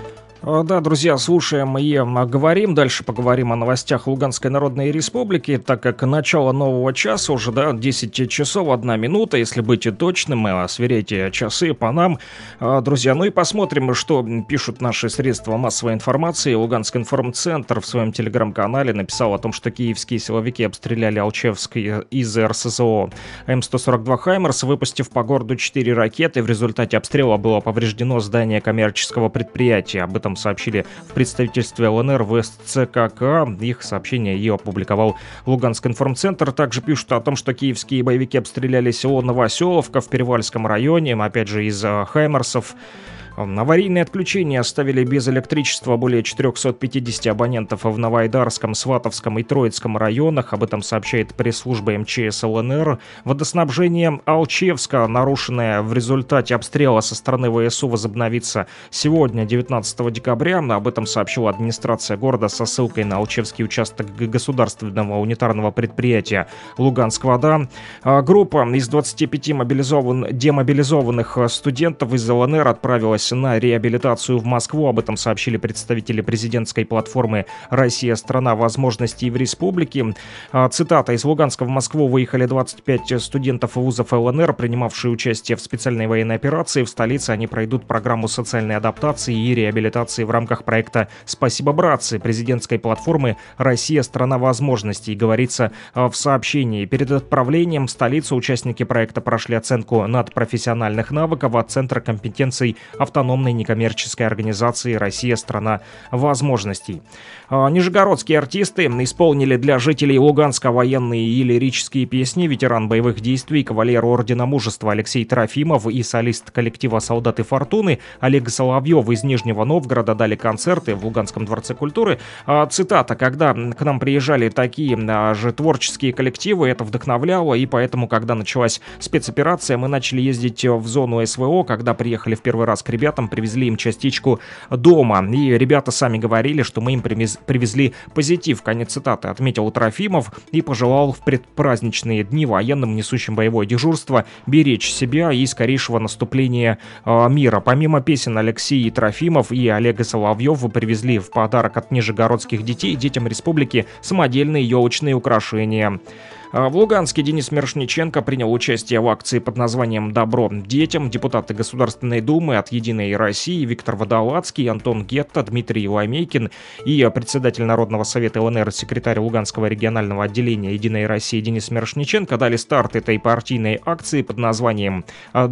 S1: Да, друзья, слушаем и говорим. Дальше поговорим о новостях Луганской Народной Республики, так как начало нового часа уже, да, 10 часов 1 минута, если быть точным, сверяйте часы по нам, друзья. Ну и посмотрим, что пишут наши средства массовой информации. Луганский информцентр в своем телеграм-канале написал о том, что киевские силовики обстреляли Алчевск из РСЗО М142 «Хаймерс», выпустив по городу 4 ракеты. В результате обстрела было повреждено здание коммерческого предприятия. Об этом сообщили в представительстве ЛНР в СЦКК. Их сообщение и опубликовал Луганский информцентр. Также пишут о том, что киевские боевики обстреляли село Новоселовка в Перевальском районе, опять же из «Хаймерсов». Аварийные отключения оставили без электричества более 450 абонентов в Новоайдарском, Сватовском и Троицком районах. Об этом сообщает пресс-служба МЧС ЛНР. Водоснабжение Алчевска, нарушенное в результате обстрела со стороны ВСУ, возобновится сегодня, 19 декабря. Об этом сообщила администрация города со ссылкой на Алчевский участок государственного унитарного предприятия «Луганск-Вода». Группа из 25 демобилизованных студентов из ЛНР отправилась на реабилитацию в Москву. Об этом сообщили представители президентской платформы «Россия – страна возможностей в республике». Цитата: «Из Луганска в Москву выехали 25 студентов вузов ЛНР, принимавшие участие в специальной военной операции. В столице они пройдут программу социальной адаптации и реабилитации в рамках проекта «Спасибо, братцы» президентской платформы «Россия – страна возможностей», говорится в сообщении. Перед отправлением в столицу участники проекта прошли оценку надпрофессиональных навыков от Центра компетенций автономной некоммерческой организации «Россия – страна возможностей». Нижегородские артисты исполнили для жителей Луганска военные и лирические песни. Ветеран боевых действий, кавалер Ордена Мужества Алексей Трофимов и солист коллектива «Солдаты Фортуны» Олег Соловьев из Нижнего Новгорода дали концерты в Луганском дворце культуры. Цитата: «Когда к нам приезжали такие же творческие коллективы, это вдохновляло, и поэтому, когда началась спецоперация, мы начали ездить в зону СВО. Когда приехали в первый раз к ребятам, привезли им частичку дома. И ребята сами говорили, что мы им привезли позитив». Конец цитаты, отметил Трофимов и пожелал в предпраздничные дни военным, несущим боевое дежурство, беречь себя и скорейшего наступления мира. Помимо песен, Алексей Трофимов и Олег Соловьев привезли в подарок от нижегородских детей детям республики самодельные елочные украшения. В Луганске Денис Мирошниченко принял участие в акции под названием «Добро детям». Депутаты Государственной Думы от «Единой России» Виктор Водолацкий, Антон Гетто, Дмитрий Ламейкин и председатель Народного совета ЛНР, секретарь Луганского регионального отделения «Единой России» Денис Мирошниченко дали старт этой партийной акции под названием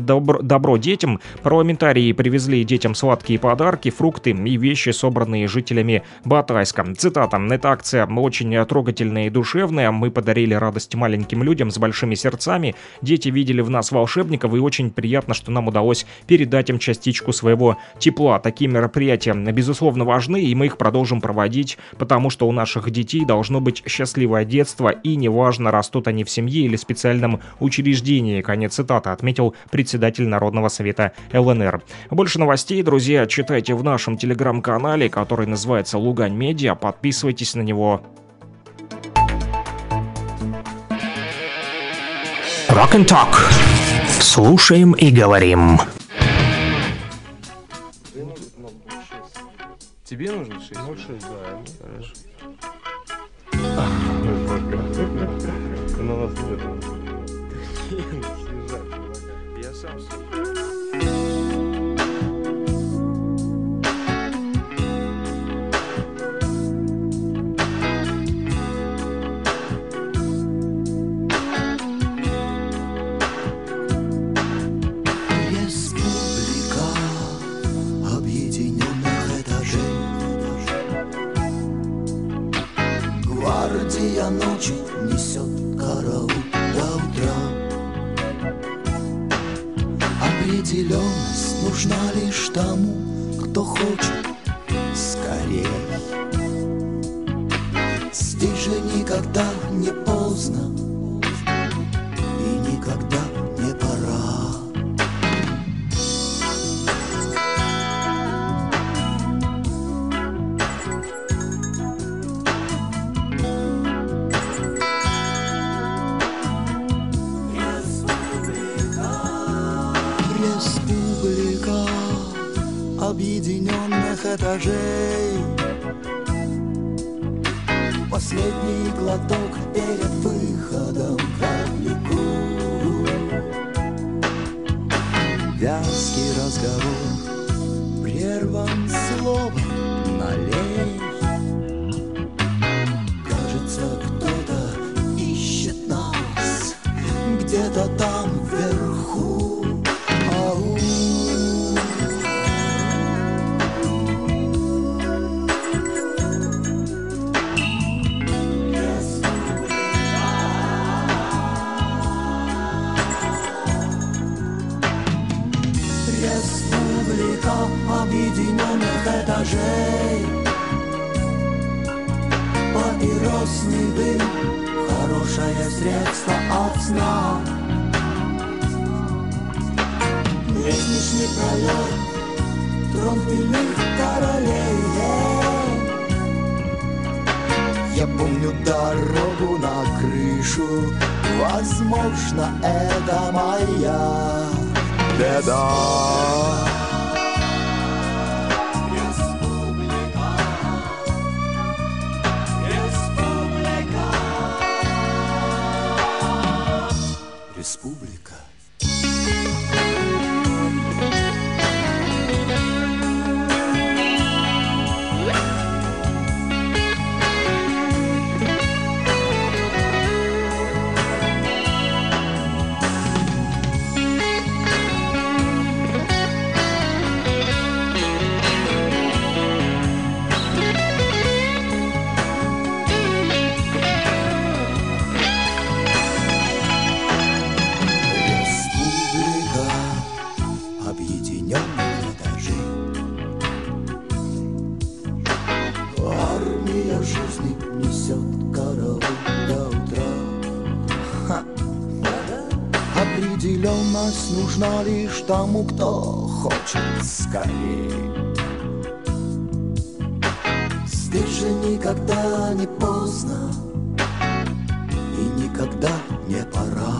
S1: «Добро детям». Парламентарии привезли детям сладкие подарки, фрукты и вещи, собранные жителями Батайска. Цитата: «Эта акция очень трогательная и душевная. Мы подарили радость маленьким людям с большими сердцами. Дети видели в нас волшебников, и очень приятно, что нам удалось передать им частичку своего тепла. Такие мероприятия, безусловно, важны, и мы их продолжим проводить, потому что у наших детей должно быть счастливое детство, и неважно, растут они в семье или специальном учреждении». Конец цитаты, отметил председатель Народного совета ЛНР. Больше новостей, друзья, читайте в нашем телеграм-канале, который называется «Лугань Медиа». Подписывайтесь на него.
S2: Rock and Talk. Слушаем и говорим.
S9: Тебе нужно 6? Ну, 6, да. Хорошо. На нас нет. Я сам.
S8: Гвардия ночи несет караул до утра. Определенность нужна лишь тому, кто хочет скорей. Здесь же никогда не поздно и никогда не пора. объединенных этажей. Последний глоток перед выходом к роднику. Вязкий разговор прерван словом налей. Кажется, кто-то ищет нас где-то там вверху. Ау. Республика объединенных этажей. Папиросный дым, хорошее средство от сна. Лестничный пролет, трон пыльных королей. Я помню дорогу на крышу, возможно, это моя беда. Республика. Определенность нужна лишь тому, кто хочет скорее. Здесь же никогда не поздно и никогда не пора.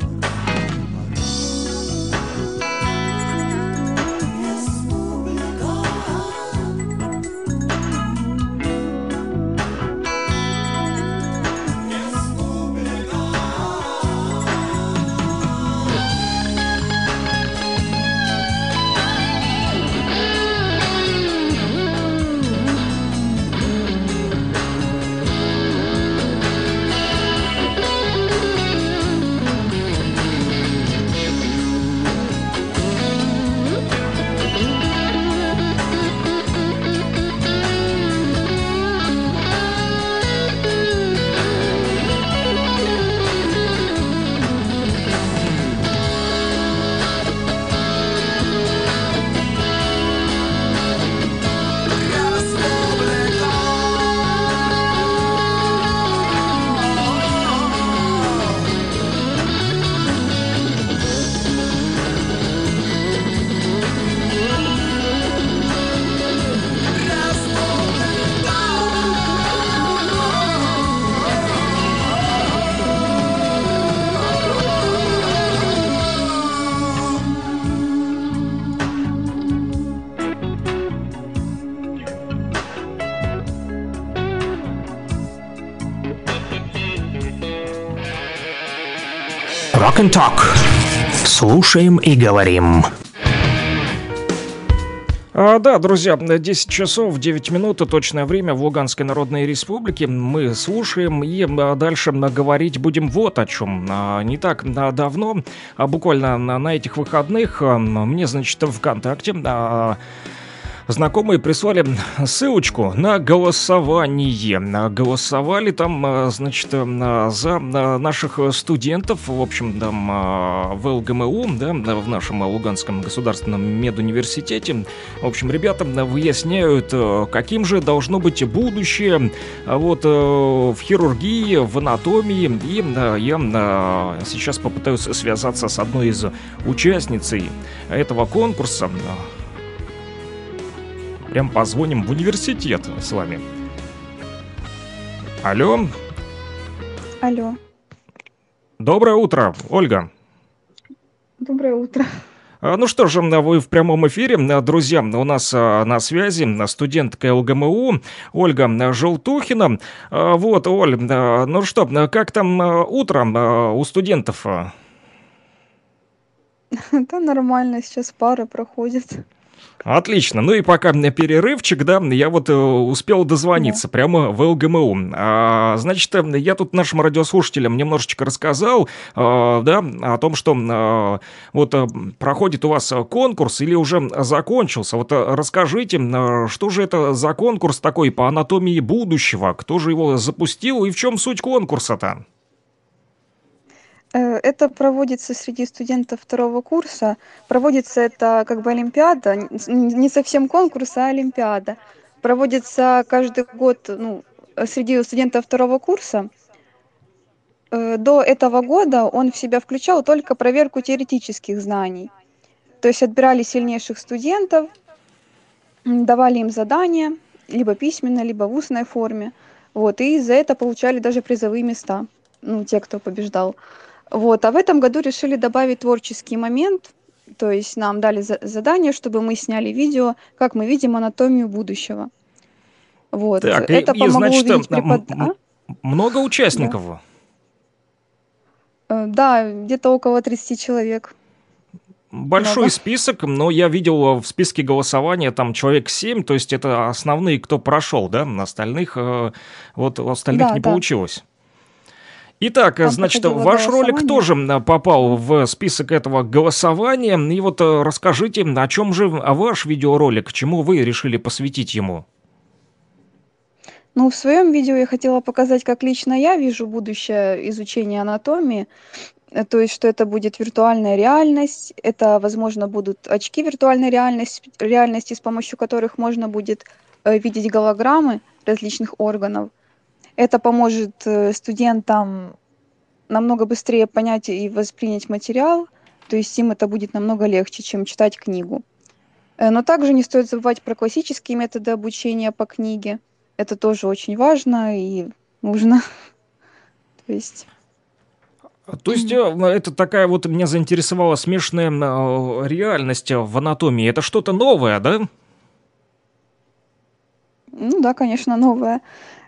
S2: Rock and Talk. Слушаем и говорим.
S1: Да, друзья, 10 часов 9 минут, точное время в Луганской Народной Республике. Мы слушаем и дальше говорить будем вот о чем. Не так давно, буквально на этих выходных, мне, значит, ВКонтакте знакомые прислали ссылочку на голосование. Голосовали там, значит, за наших студентов, в общем, там, в ЛГМУ, да, в нашем Луганском государственном медуниверситете. В общем, ребята выясняют, каким же должно быть будущее вот в хирургии, в анатомии. И я сейчас попытаюсь связаться с одной из участниц этого конкурса. Прям позвоним в университет с вами. Алло.
S10: Алло.
S1: Доброе утро, Ольга.
S10: Доброе утро.
S1: Ну что же, вы в прямом эфире. Друзья, у нас на связи студентка ЛГМУ Ольга Желтухина. Вот, Оль, ну что, как там утром у студентов?
S10: Да нормально, сейчас пара проходит.
S1: Отлично. Ну и пока перерывчик, да, я вот успел дозвониться прямо в ЛГМУ. Значит, я тут нашим радиослушателям немножечко рассказал, да, о том, что вот проходит у вас конкурс или уже закончился. Вот расскажите, что же это за конкурс такой по анатомии будущего? Кто же его запустил и в чем суть конкурса-то?
S10: Это проводится среди студентов второго курса. Проводится это как бы олимпиада, не совсем конкурс, а олимпиада. Проводится каждый год, ну, среди студентов второго курса. До этого года он в себя включал только проверку теоретических знаний. То есть отбирали сильнейших студентов, давали им задания, либо письменно, либо в устной форме. Вот, и за это получали даже призовые места, ну, те, кто побеждал. Вот, а в этом году решили добавить творческий момент, то есть нам дали задание, чтобы мы сняли видео, как мы видим анатомию будущего. Вот,
S1: Так,
S10: это помогло
S1: значит,
S10: увидеть
S1: много участников?
S10: Да, где-то около 30 человек.
S1: Большой
S10: Много.
S1: список, но я видел в списке голосования там человек 7, то есть это основные, кто прошел, да? Остальных, вот у остальных не получилось. Итак,
S10: Там
S1: значит,
S10: проходило
S1: ваш ролик
S10: голосование.
S1: тоже попал в список этого голосования. И вот расскажите, о чем же ваш видеоролик, чему вы решили посвятить ему?
S10: Ну, в своем видео я хотела показать, как лично я вижу будущее изучения анатомии. То есть, что это будет виртуальная реальность, это, возможно, будут очки виртуальной реальности, с помощью которых можно будет видеть голограммы различных органов. Это поможет студентам намного быстрее понять и воспринять материал, то есть им это будет намного легче, чем читать книгу. Но также не стоит забывать про классические методы обучения по книге. Это тоже очень важно и нужно. То есть
S1: это такая вот меня заинтересовала смешанная реальность в анатомии. Это что-то новое, да?
S10: Ну да, конечно, новое.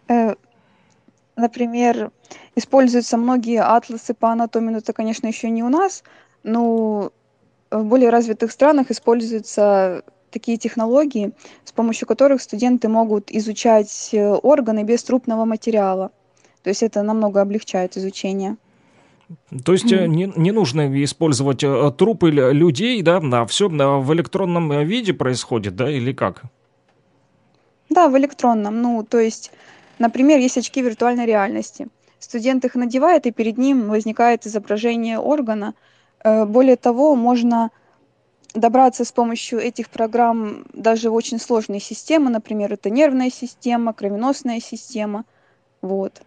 S10: Например, используются многие атласы по анатомии, но это, конечно, еще не у нас, но в более развитых странах используются такие технологии, с помощью которых студенты могут изучать органы без трупного материала. То есть это намного облегчает изучение.
S1: То есть не нужно использовать трупы людей, да, все в электронном виде происходит, да, или как?
S10: Да, в электронном. Ну, то есть, например, есть очки виртуальной реальности. Студент их надевает, и перед ним возникает изображение органа. Более того, можно добраться с помощью этих программ даже в очень сложные системы. Например, это нервная система, кровеносная система. Вот.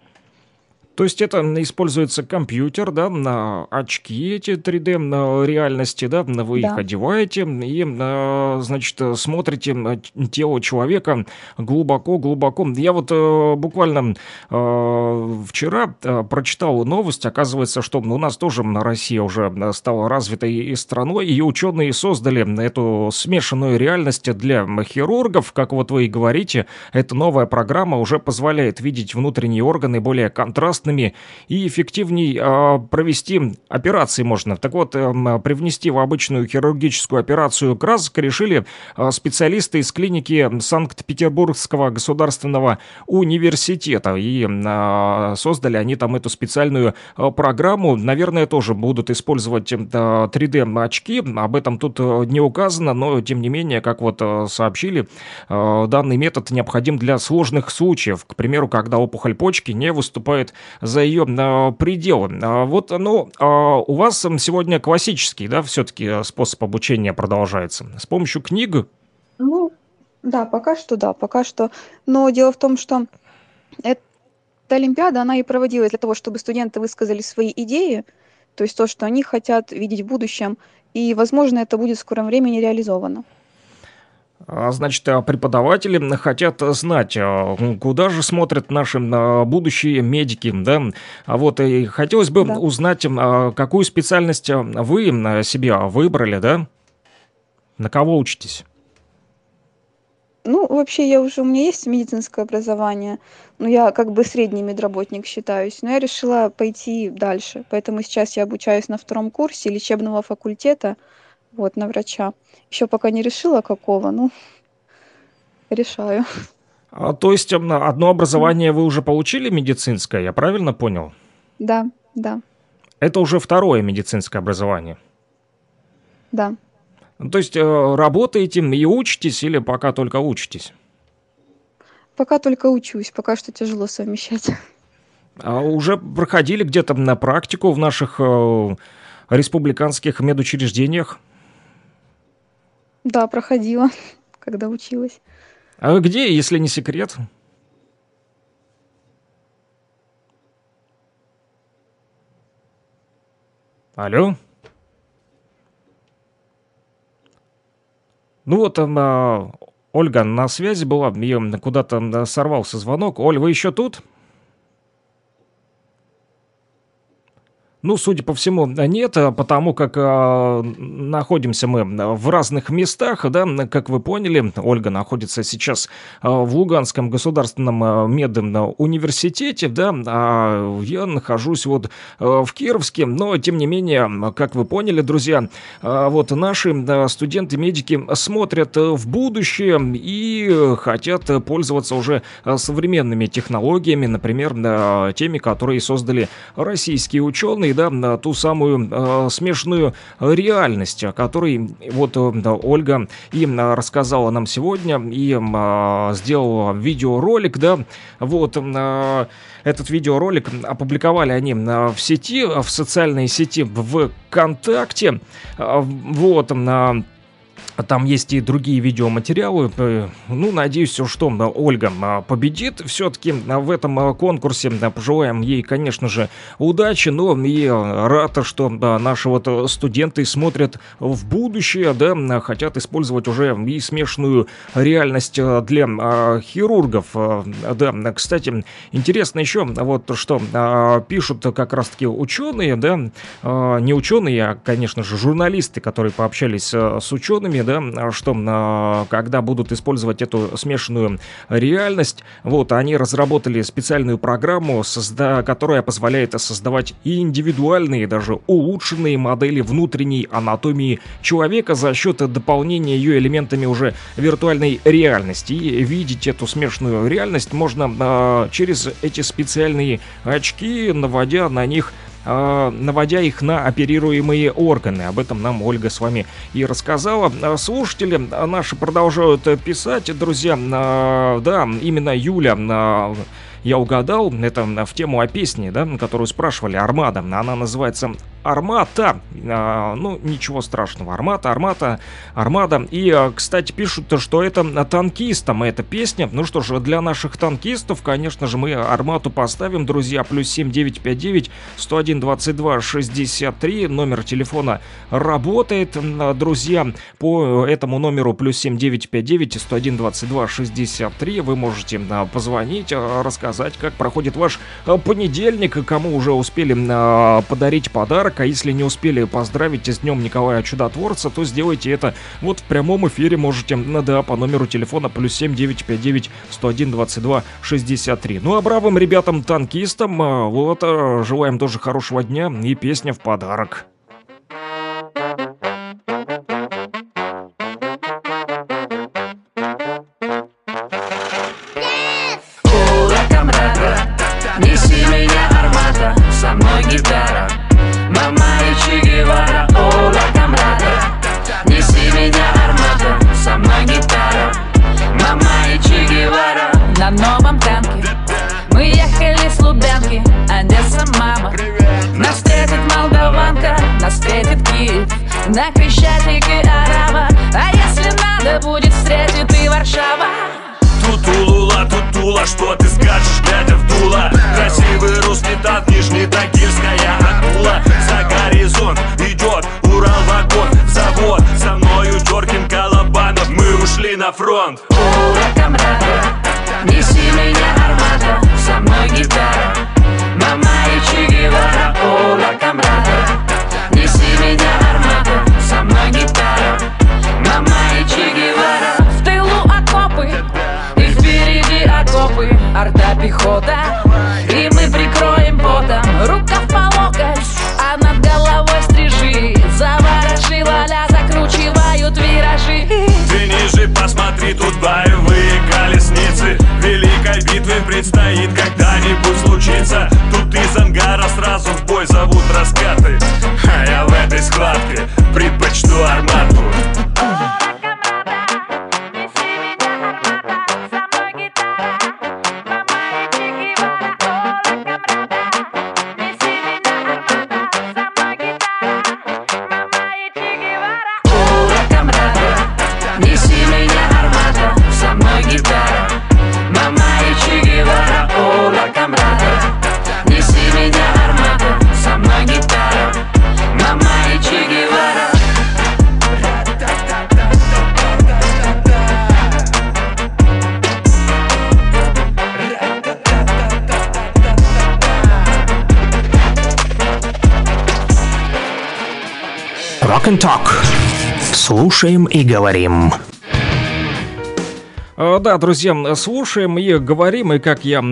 S1: То есть это используется компьютер, да, на очки эти 3D реальности, да, вы их одеваете и, значит, смотрите тело человека глубоко-глубоко. Я вот буквально вчера прочитал новость, оказывается, что у нас тоже Россия уже стала развитой страной, и ученые создали эту смешанную реальность для хирургов, как вот вы и говорите, эта новая программа уже позволяет видеть внутренние органы более контрастными и эффективней провести операции можно. Так вот, привнести в обычную хирургическую операцию красок решили специалисты из клиники Санкт-Петербургского государственного университета. И создали они там эту специальную программу. Наверное, тоже будут использовать 3D-очки. Об этом тут не указано, но тем не менее, как вот сообщили, данный метод необходим для сложных случаев. К примеру, когда опухоль почки не выступает за ее пределы. Вот, ну, у вас сегодня классический, да, все-таки способ обучения продолжается? С помощью книг?
S10: Ну, да, пока что да, пока что. Но дело в том, что эта олимпиада, она и проводилась для того, чтобы студенты высказали свои идеи, то есть то, что они хотят видеть в будущем, и, возможно, это будет в скором времени реализовано.
S1: Значит, преподаватели хотят знать, куда же смотрят наши будущие медики, да? А вот и хотелось бы узнать, какую специальность вы себе выбрали, да? На кого учитесь?
S10: Ну, вообще, у меня есть медицинское образование, но я как бы средний медработник считаюсь, но я решила пойти дальше, поэтому сейчас я обучаюсь на 2 курсе лечебного факультета, вот, на врача. Еще пока не решила, какого, ну, решаю.
S1: То есть одно образование вы уже получили медицинское, я правильно понял?
S10: Да, да.
S1: Это уже 2 медицинское образование?
S10: Да.
S1: То есть работаете и учитесь или пока только учитесь?
S10: Пока только учусь, пока что тяжело совмещать.
S1: А уже проходили где-то на практику в наших республиканских медучреждениях?
S10: Да, проходила, когда училась.
S1: А где, если не секрет? Алло? Ну вот, Ольга на связи была, ее куда-то сорвался звонок. Оль, вы еще тут? Ну, судя по всему, нет, потому как находимся мы в разных местах, да, как вы поняли, Ольга находится сейчас в Луганском государственном медуниверситете, да, а я нахожусь вот в Кировске, но, тем не менее, как вы поняли, друзья, вот наши студенты-медики смотрят в будущее и хотят пользоваться уже современными технологиями, например, теми, которые создали российские ученые, да, ту самую смешанную реальность, о которой вот Ольга им рассказала нам сегодня и сделала видеоролик, да, вот этот видеоролик опубликовали они в сети, в социальной сети ВКонтакте, вот, там есть и другие видеоматериалы. Ну, надеюсь, что Ольга победит все-таки в этом конкурсе. Пожелаем ей, конечно же, удачи. Но и рад, что наши вот студенты смотрят в будущее, да, хотят использовать уже и смешанную реальность для хирургов. Да, кстати, интересно еще вот что пишут как раз-таки ученые, да, не ученые, а, конечно же, журналисты, которые пообщались с учеными, да, что когда будут использовать эту смешанную реальность, вот, они разработали специальную программу, которая позволяет создавать индивидуальные, даже улучшенные модели внутренней анатомии человека за счет дополнения ее элементами уже виртуальной реальности. И видеть эту смешанную реальность можно через эти специальные очки, наводя их на оперируемые органы. Об этом нам Ольга с вами и рассказала. Слушатели наши продолжают писать, друзья. Да, именно Юля, я угадал, это в тему о песне, да, которую спрашивали, «Армада». Она называется «Армата». Ну, ничего страшного. «Армада». И, кстати, пишут, что это танкистам эта песня. Ну что ж, для наших танкистов, конечно же, мы «Армату» поставим, друзья. +7 959 101 22 63. Номер телефона работает, друзья. По этому номеру +7 959 101 22 63 вы можете позвонить, рассказать, как проходит ваш понедельник, кому уже успели подарить подарок, а если не успели поздравить с Днем Николая Чудотворца, то сделайте это вот в прямом эфире, можете, да, по номеру телефона +7 959 101 22 63. Ну а бравым ребятам-танкистам вот желаем тоже хорошего дня и песня в подарок.
S3: Неси меня, армата, со мной гитара, мама и Че Гевара. Ола, камрада, неси меня, армата, со мной гитара, мама и Че Гевара.
S11: На новом танке мы ехали с Лубянки, Одесса, мама. Нас встретит молдаванка, нас встретит Киев, на Крещатике Арава. А если надо будет, встретит и Варшава.
S3: Тутулула, тутула, что ты скажешь, глядя в дуло? Красивый русский танк, Нижнетагильская акула. За горизонт идет Урал-вагон, завод. Со мною Чоркин, Колобанов. Мы ушли на на фронт.
S11: Ура, камрада, неси меня, армада, со мной гитара, мама и Че Гевара. Ура, камрада, неси меня, армада, со мной гитара, мама и Че Гевара. В тылу окопы, и впереди окопы, орда пехота, и мы прикроем потом, рукав по локоть, а над головой стрижи, заворожи, ля-ля, закручивают виражи.
S3: Ты ниже посмотри, тут боевые колесницы. Великой битвы предстоит когда-нибудь случиться. Тут из ангара сразу в бой зовут раскаты. А я в этой схватке предпочту армату.
S11: Неси меня, армада, со мной гитара, мама и Че Гевара. Ура, камрада, неси меня, армада, со мной гитара, мама и Че Гевара.
S2: Rock and Talk. Слушаем и говорим.
S1: Да, друзья, слушаем и говорим, и как я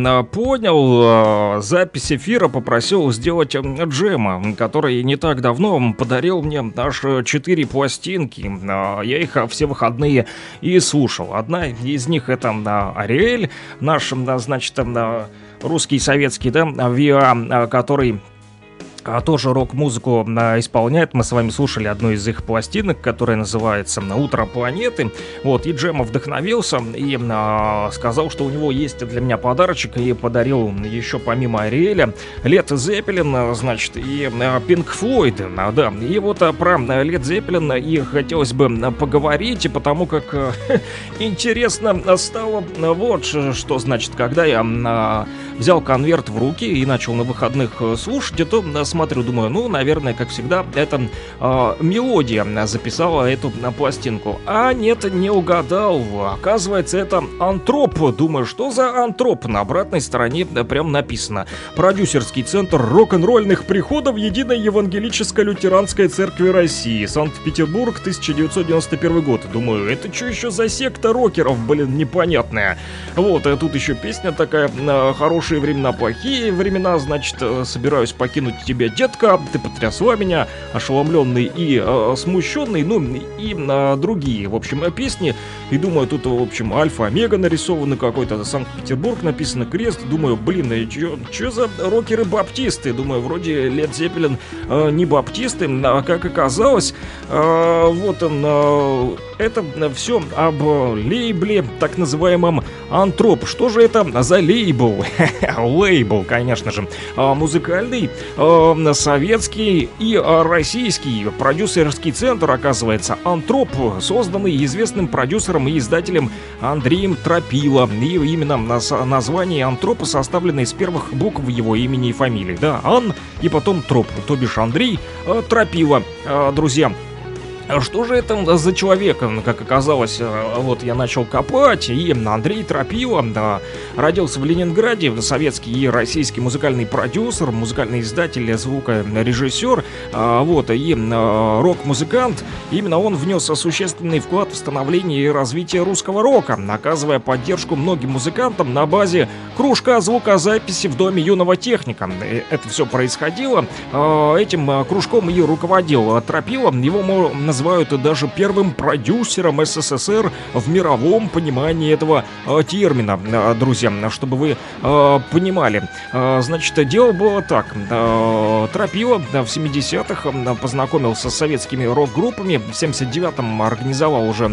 S1: понял, запись эфира попросил сделать Джема, который не так давно подарил мне аж 4 пластинки. Я их все выходные и слушал. Одна из них это Ариэль, наш, значит, русский советский, да, ВИА, который тоже рок-музыку исполняет. Мы с вами слушали одну из их пластинок, которая называется «Утро планеты». Вот, и Джема вдохновился и сказал, что у него есть для меня подарочек, и подарил еще помимо Ариэля Лед Зеппелин, значит, и Пинк Флойд, да. И вот про Лед Зеппелин и хотелось бы поговорить, потому как интересно стало вот что, значит, когда я взял конверт в руки и начал на выходных слушать, то смотрю, думаю, ну, наверное, как всегда, это мелодия записала эту пластинку. А нет, не угадал. Оказывается, это Антроп. Думаю, что за Антроп? На обратной стороне прям написано: продюсерский центр рок-н-ролльных приходов Единой Евангелической Лютеранской Церкви России, Санкт-Петербург, 1991 год. Думаю, это что еще за секта рокеров, блин, непонятная. Вот, а тут еще песня такая: хорошие времена, плохие времена, значит, собираюсь покинуть тебя, детка, ты потрясла меня, ошеломленный и смущенный, ну и другие, в общем, песни. И думаю, тут, в общем, Альфа-Омега нарисованы, какой-то Санкт-Петербург написано, крест. Думаю, блин, что за рокеры-баптисты? Думаю, вроде Лед Зеппелин не баптисты, а как оказалось, вот он, это все об лейбле, так называемом Антроп. Что же это за лейбл? Лейбл, конечно же, музыкальный, советский и российский продюсерский центр, оказывается, Антроп, созданный известным продюсером и издателем Андреем Тропило. И именно название Антропа составлено из первых букв его имени и фамилии. Да, Ан и потом Троп, то бишь Андрей Тропило. Друзья, что же это за человек? Как оказалось, вот я начал копать, и Андрей Тропило родился в Ленинграде, советский и российский музыкальный продюсер, музыкальный издатель, звукорежиссер, вот, и рок-музыкант. Именно он внес существенный вклад в становление и развитие русского рока, оказывая поддержку многим музыкантам на базе кружка звукозаписи в Доме юного техника. Это все происходило, этим кружком и руководил Тропило. Его называют даже первым продюсером СССР в мировом понимании этого термина, друзья, чтобы вы понимали. Значит, дело было так. Тропило в 70-х познакомился с советскими рок-группами, в 79-м организовал уже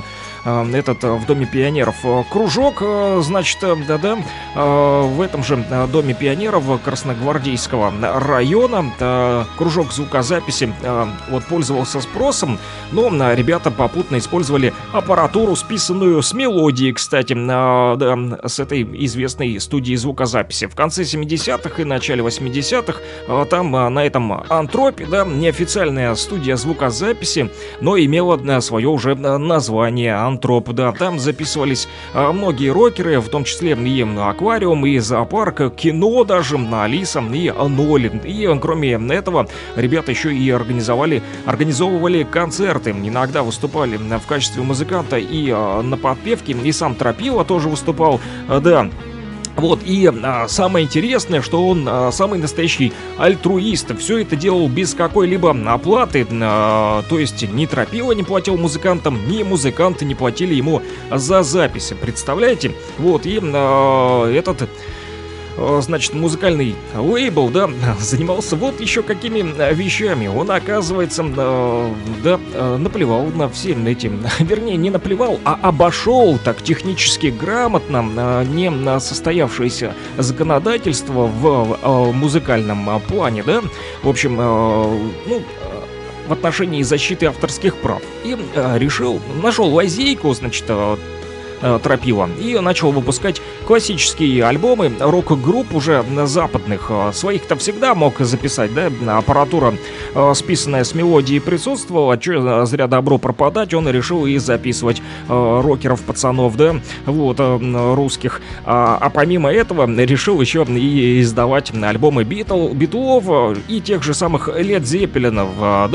S1: этот в Доме пионеров кружок, значит, да-да, в этом же Доме пионеров Красногвардейского района кружок звукозаписи вот пользовался спросом, басом, но ребята попутно использовали аппаратуру, списанную с мелодией, кстати, да, с этой известной студии звукозаписи. В конце 70-х и начале 80-х там на этом Антропе, да, неофициальная студия звукозаписи, но имела свое уже название Антроп, да, там записывались многие рокеры, в том числе и Аквариум, и Зоопарк, Кино даже, Алиса и Ноль. И кроме этого, ребята еще и организовывали концерты, иногда выступали в качестве музыканта и на подпевке, и сам Тропила тоже выступал, да. Вот, и самое интересное, что он самый настоящий альтруист. Все это делал без какой-либо оплаты. То есть ни Тропила не платил музыкантам, ни музыканты не платили ему за записи. Представляете? Вот, и этот... значит, музыкальный лейбл, да, занимался вот еще какими вещами. Он, оказывается, да, наплевал на все эти, вернее, не наплевал, а обошел так технически грамотно не состоявшееся законодательство в музыкальном плане, да, в общем, ну, в отношении защиты авторских прав. И нашел лазейку, значит, Тропила, и начал выпускать классические альбомы рок-групп уже западных. Своих-то всегда мог записать, да, аппаратура, списанная с мелодией, присутствовала, что зря добро пропадать, он решил и записывать рокеров, пацанов, да, вот, русских. А помимо этого решил еще и издавать альбомы Битлов и тех же самых Лед Зеппелинов,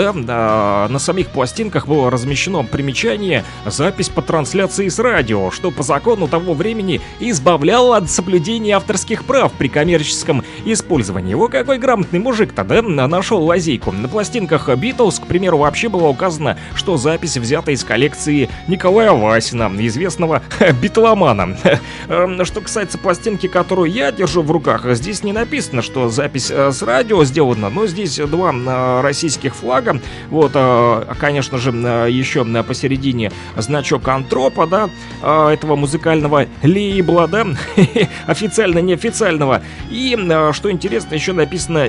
S1: да. На самих пластинках было размещено примечание: запись по трансляции с радио, что по закону того времени избавляло от соблюдения авторских прав при коммерческом использовании. О, какой грамотный мужик-то, да, нашел лазейку. На пластинках Битлз, к примеру, вообще было указано, что запись взята из коллекции Николая Васина, известного битломана. Что касается пластинки, которую я держу в руках, здесь не написано, что запись с радио сделана, но здесь два российских флага. Вот, конечно же, еще посередине значок Антропа, да, этого музыкального лейбла, да, официально-неофициального. И, что интересно, еще написано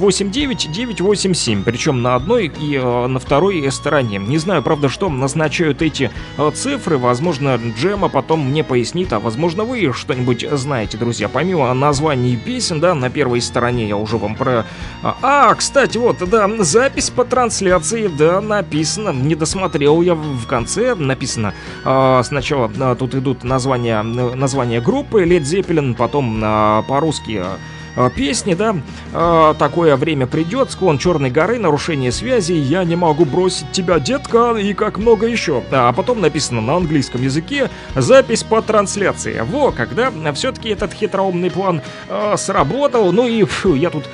S1: 789-987, причем на одной и на второй стороне. Не знаю, правда, что назначают эти цифры, возможно, Джема потом мне пояснит, а возможно, вы что-нибудь знаете, друзья. Помимо названий песен, да, на первой стороне я уже вам про... кстати, вот, да, запись по трансляции, да, написано, не досмотрел я в конце, написано сначала тут идут названия группы Led Zeppelin, потом по-русски песни, да, такое время придет, склон Черной горы, нарушение связи, я не могу бросить тебя, детка, и как много еще. А потом написано на английском языке запись по трансляции. Во, когда все-таки этот хитроумный план сработал, ну и я тут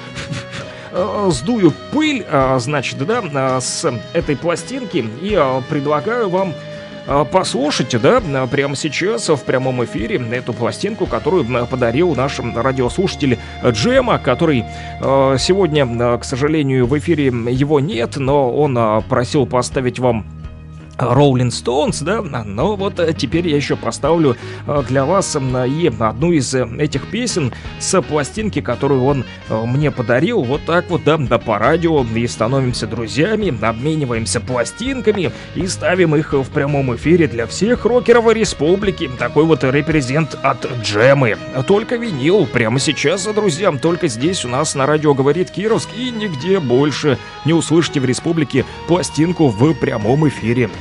S1: сдую пыль, значит, да, с этой пластинки и предлагаю вам послушайте, да, прямо сейчас в прямом эфире эту пластинку, которую подарил наш радиослушатель Джема, который сегодня, к сожалению, в эфире его нет, но он просил поставить вам Rolling Stones, да, но вот теперь я еще поставлю для вас и одну из этих песен с пластинки, которую он мне подарил. Вот так вот, да, по радио, и становимся друзьями, обмениваемся пластинками и ставим их в прямом эфире для всех рокеров республики. Такой вот репрезент от Джемы. Только винил прямо сейчас, друзья, только здесь у нас на радио говорит Кировск, и нигде больше не услышите в республике пластинку в прямом эфире.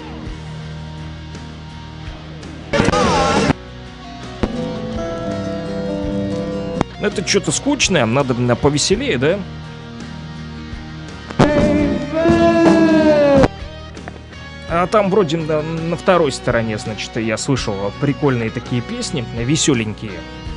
S1: Это что-то скучное, надо повеселее, да? А там вроде на второй стороне, значит, я слышал прикольные такие песни, веселенькие.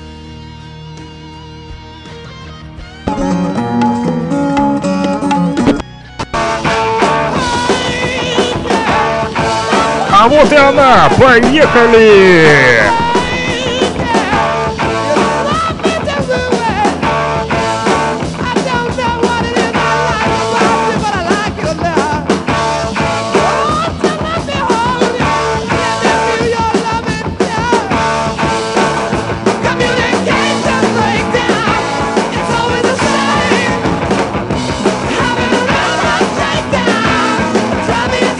S1: А вот и она! Поехали!
S12: Tell me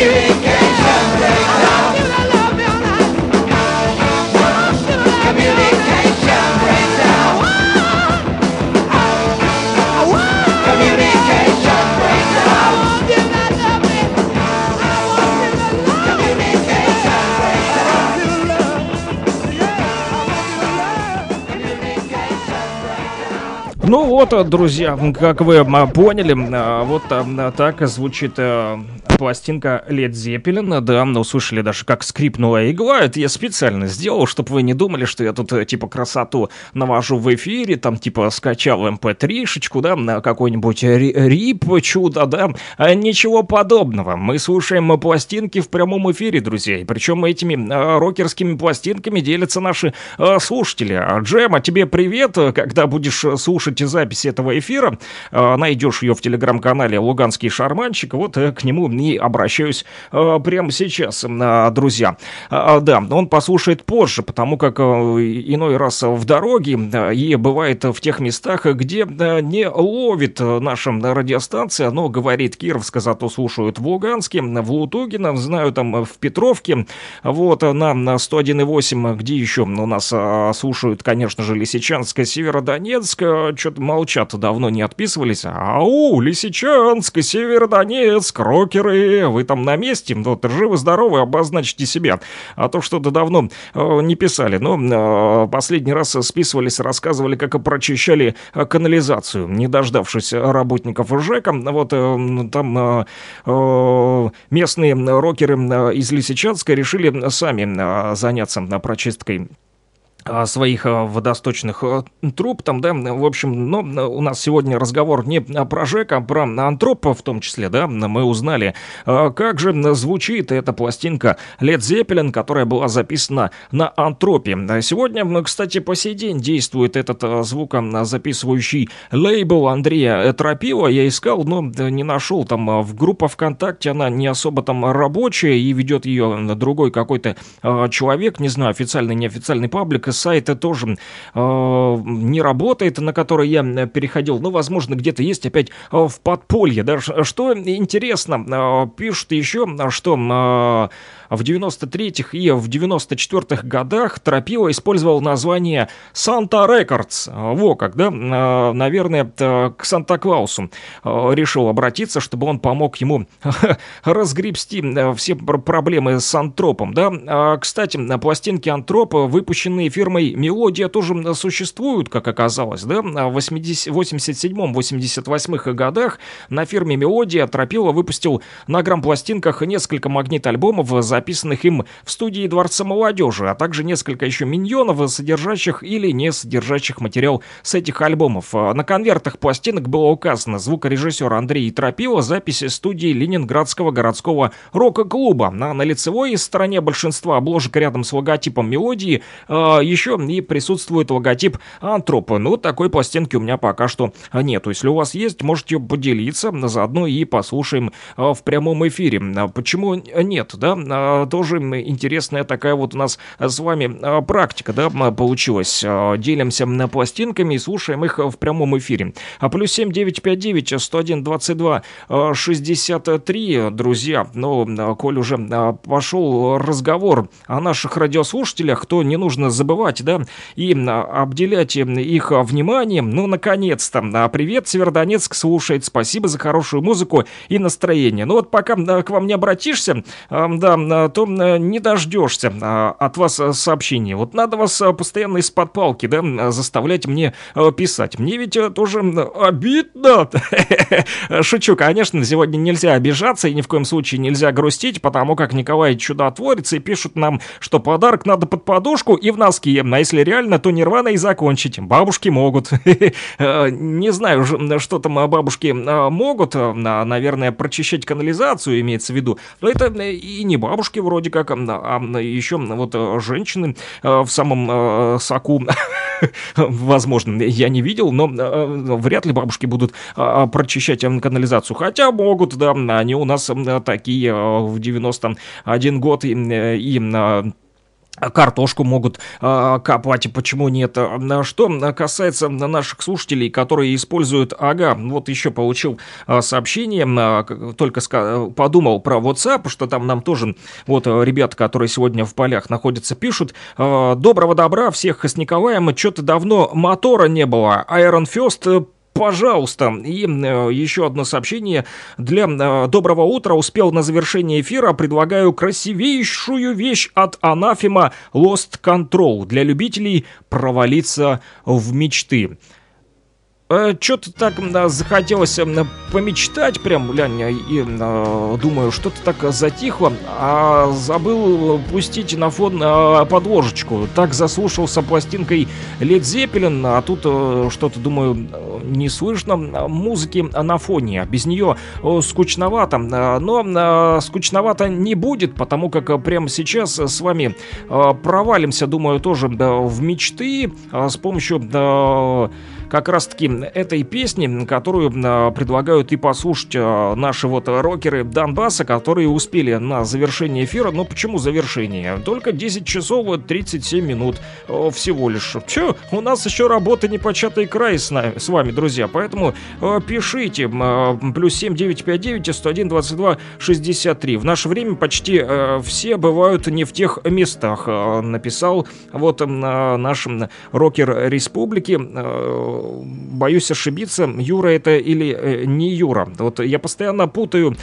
S1: Ну вот, друзья, как вы поняли, вот так звучит пластинка Led Zeppelin. Да, услышали даже, как скрипнула игла. Это я специально сделал, чтобы вы не думали, что я тут типа красоту навожу в эфире, там типа скачал mp3-шечку, да, на какой-нибудь рип чудо, да. Ничего подобного. Мы слушаем пластинки в прямом эфире, друзья. И причем этими рокерскими пластинками делятся наши слушатели. Джема, тебе привет. Когда будешь слушать запись этого эфира, найдешь ее в телеграм-канале «Луганский шарманщик». Вот к нему и обращаюсь прямо сейчас, друзья. Да, он послушает позже, потому как иной раз в дороге и бывает в тех местах, где не ловит наша радиостанция, но говорит Кировска, зато слушают в Луганске, в Лутугино, знаю, там в Петровке, вот на 101,8, где еще у нас слушают, конечно же, Лисичанск, Северодонецк, что-то молчат, давно не отписывались. Ау, Лисичанск, Северодонецк, рокеры, вы там на месте? Вот, живы-здоровы, обозначьте себя. А то что-то давно не писали. Но последний раз списывались, рассказывали, как прочищали канализацию, не дождавшись работников ЖЭКа. Вот там местные рокеры из Лисичанска решили сами заняться прочисткой своих водосточных труб там, да, в общем, но у нас сегодня разговор не про ЖЭК, а про антроп в том числе, да, мы узнали, как же звучит эта пластинка Led Zeppelin, которая была записана на антропе. Сегодня, кстати, по сей день действует этот звукозаписывающий лейбл Андрея Тропила, я искал, но не нашел, там в группа ВКонтакте, она не особо там рабочая, и ведет ее другой какой-то человек, не знаю, официальный, неофициальный паблик, сайт тоже не работает, на который я переходил. Ну, возможно, где-то есть опять в подполье. Да? Что интересно, пишут еще, что в 93-х и в 94-х годах Тропила использовал название Santa Records. Во как, да? Наверное, к Санта-Клаусу решил обратиться, чтобы он помог ему разгребсти все проблемы с антропом. Да? Кстати, на пластинке антропа, выпущенные фирмой «Мелодия», тоже существуют, как оказалось. Да? В 87-88 годах на фирме «Мелодия» Тропила выпустил на грампластинках несколько магнит-альбомов, записанных им в студии Дворца молодежи, а также несколько еще миньонов, содержащих или не содержащих материал с этих альбомов. На конвертах пластинок было указано звукорежиссер Андрей Тропила, записи студии Ленинградского городского рок-клуба. На лицевой стороне большинства обложек рядом с логотипом «Мелодии» еще и присутствует логотип антропа. Ну, такой пластинки у меня пока что нету. Если у вас есть, можете поделиться, заодно и послушаем в прямом эфире. Почему нет, да? Тоже интересная такая вот у нас с вами практика, да, получилась. Делимся пластинками и слушаем их в прямом эфире. Плюс 7-959-101-22-63, друзья. Ну, коль уже пошел разговор о наших радиослушателях, то не нужно забывать, да, и обделять их вниманием. Ну, наконец-то. Привет, Северодонецк слушает. Спасибо за хорошую музыку и настроение. Ну, вот пока к вам не обратишься, да, то не дождешься от вас сообщений. Вот надо вас постоянно из-под палки, да, заставлять мне писать. Мне ведь тоже обидно. Шучу, конечно, сегодня нельзя обижаться и ни в коем случае нельзя грустить, потому как Николай чудотворец и пишут нам, что подарок надо под подушку и в носки. А если реально, то нирвана и закончить. Бабушки могут. Не знаю, что там бабушки могут. Наверное, прочищать канализацию имеется в виду. Но это и не бабушки вроде как, а еще вот женщины в самом соку. Возможно, я не видел, но вряд ли бабушки будут прочищать канализацию. Хотя могут, да, они у нас такие в 91 год и картошку могут копать, и почему нет. Что касается наших слушателей, которые используют ага, вот еще получил сообщение, только подумал про WhatsApp, что там нам тоже вот ребята, которые сегодня в полях находятся, пишут: доброго добра, всех с Николаем, что-то давно мотора не было, Iron First, пожалуйста. И еще одно сообщение для доброго утра. Успел на завершение эфира. Предлагаю красивейшую вещь от Анафема Lost Control для любителей провалиться в мечты. Что-то так захотелось помечтать, прям, глянь, и думаю, что-то так затихло, а забыл пустить на фон подложечку. Так заслушался пластинкой Led Zeppelin, а тут что-то, думаю, не слышно музыки на фоне. Без нее скучновато, но скучновато не будет, потому как прямо сейчас с вами провалимся, думаю, тоже в мечты с помощью как раз-таки этой песни, которую предлагают и послушать наши вот рокеры Донбасса, которые успели на завершение эфира. Но почему завершение? Только 10 часов 37 минут всего лишь. Че, у нас еще работа непочатый край с вами, друзья. Поэтому пишите. Плюс 7959 101 22 63. В наше время почти все бывают не в тех местах. Написал вот наш рокер республики. Боюсь ошибиться, Юра это или не Юра. Вот я постоянно путаю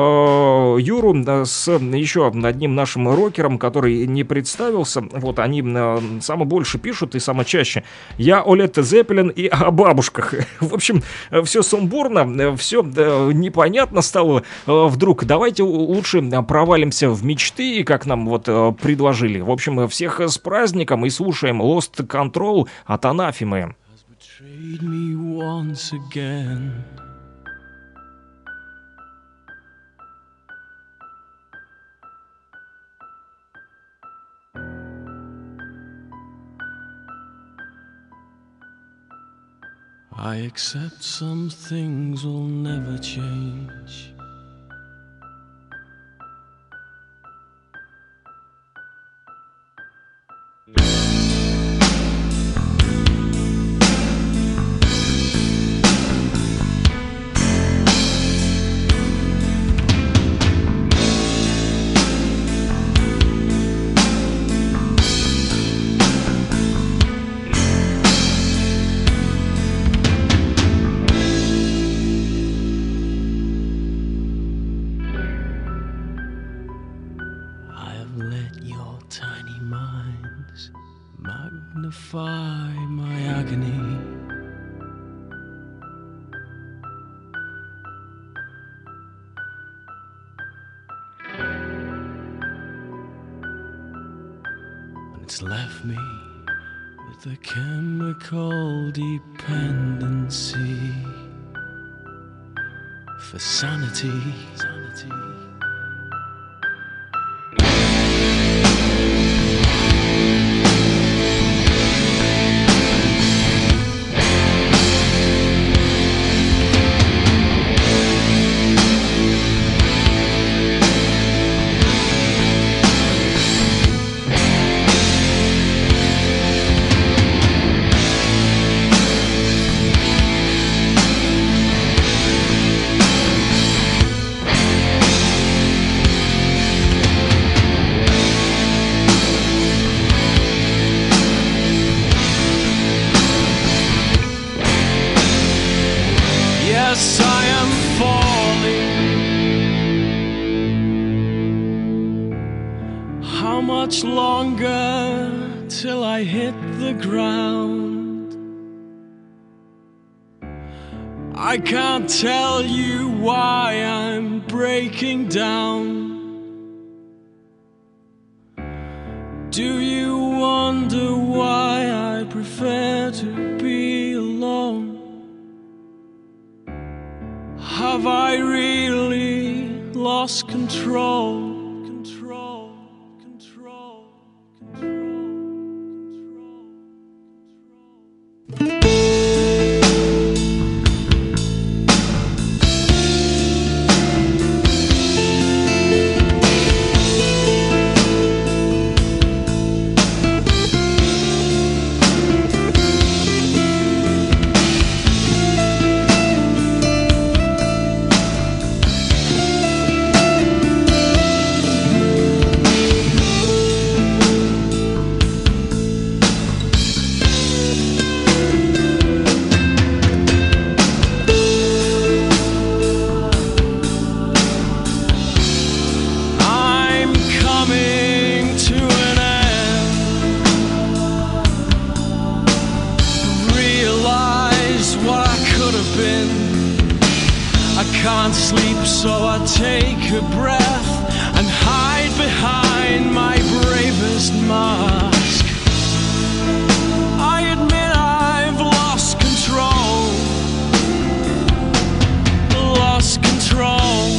S1: Юру с еще одним нашим рокером, который не представился. Вот они самое больше пишут и самое чаще: я о Led Zeppelin и о бабушках. В общем, все сумбурно, все непонятно стало вдруг. Давайте лучше провалимся в мечты, как нам вот предложили. В общем, всех с праздником и слушаем Lost Control от Анафемы.
S8: Trade me once again. I accept some things will never change. My agony. And it's left me with a chemical dependency for sanity. Longer till I hit the ground. I can't tell you why I'm breaking down. Do you wonder why I prefer to be alone? Have I really lost control?
S12: can't sleep, so I take a breath and hide behind my bravest mask. I admit I've lost control. Lost control.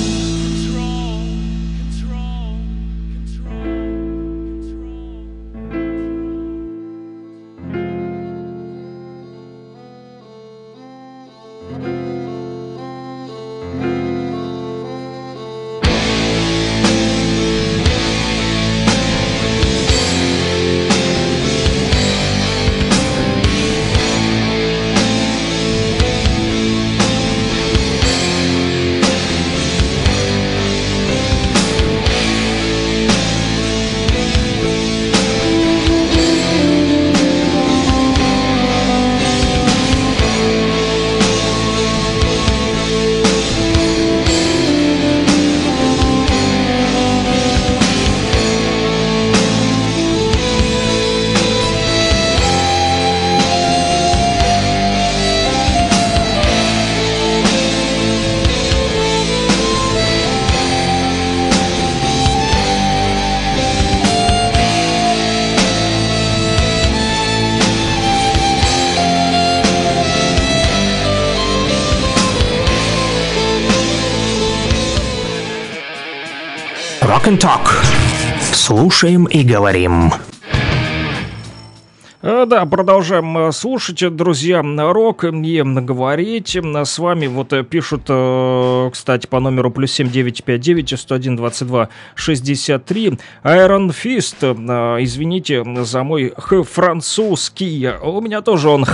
S2: Rock and Talk. Слушаем и говорим.
S1: Да, продолжаем слушать, друзья, рок и говорить. С вами вот пишут, кстати, по номеру +7 959 101 22 63. Iron Fist, извините за мой французский. У меня тоже он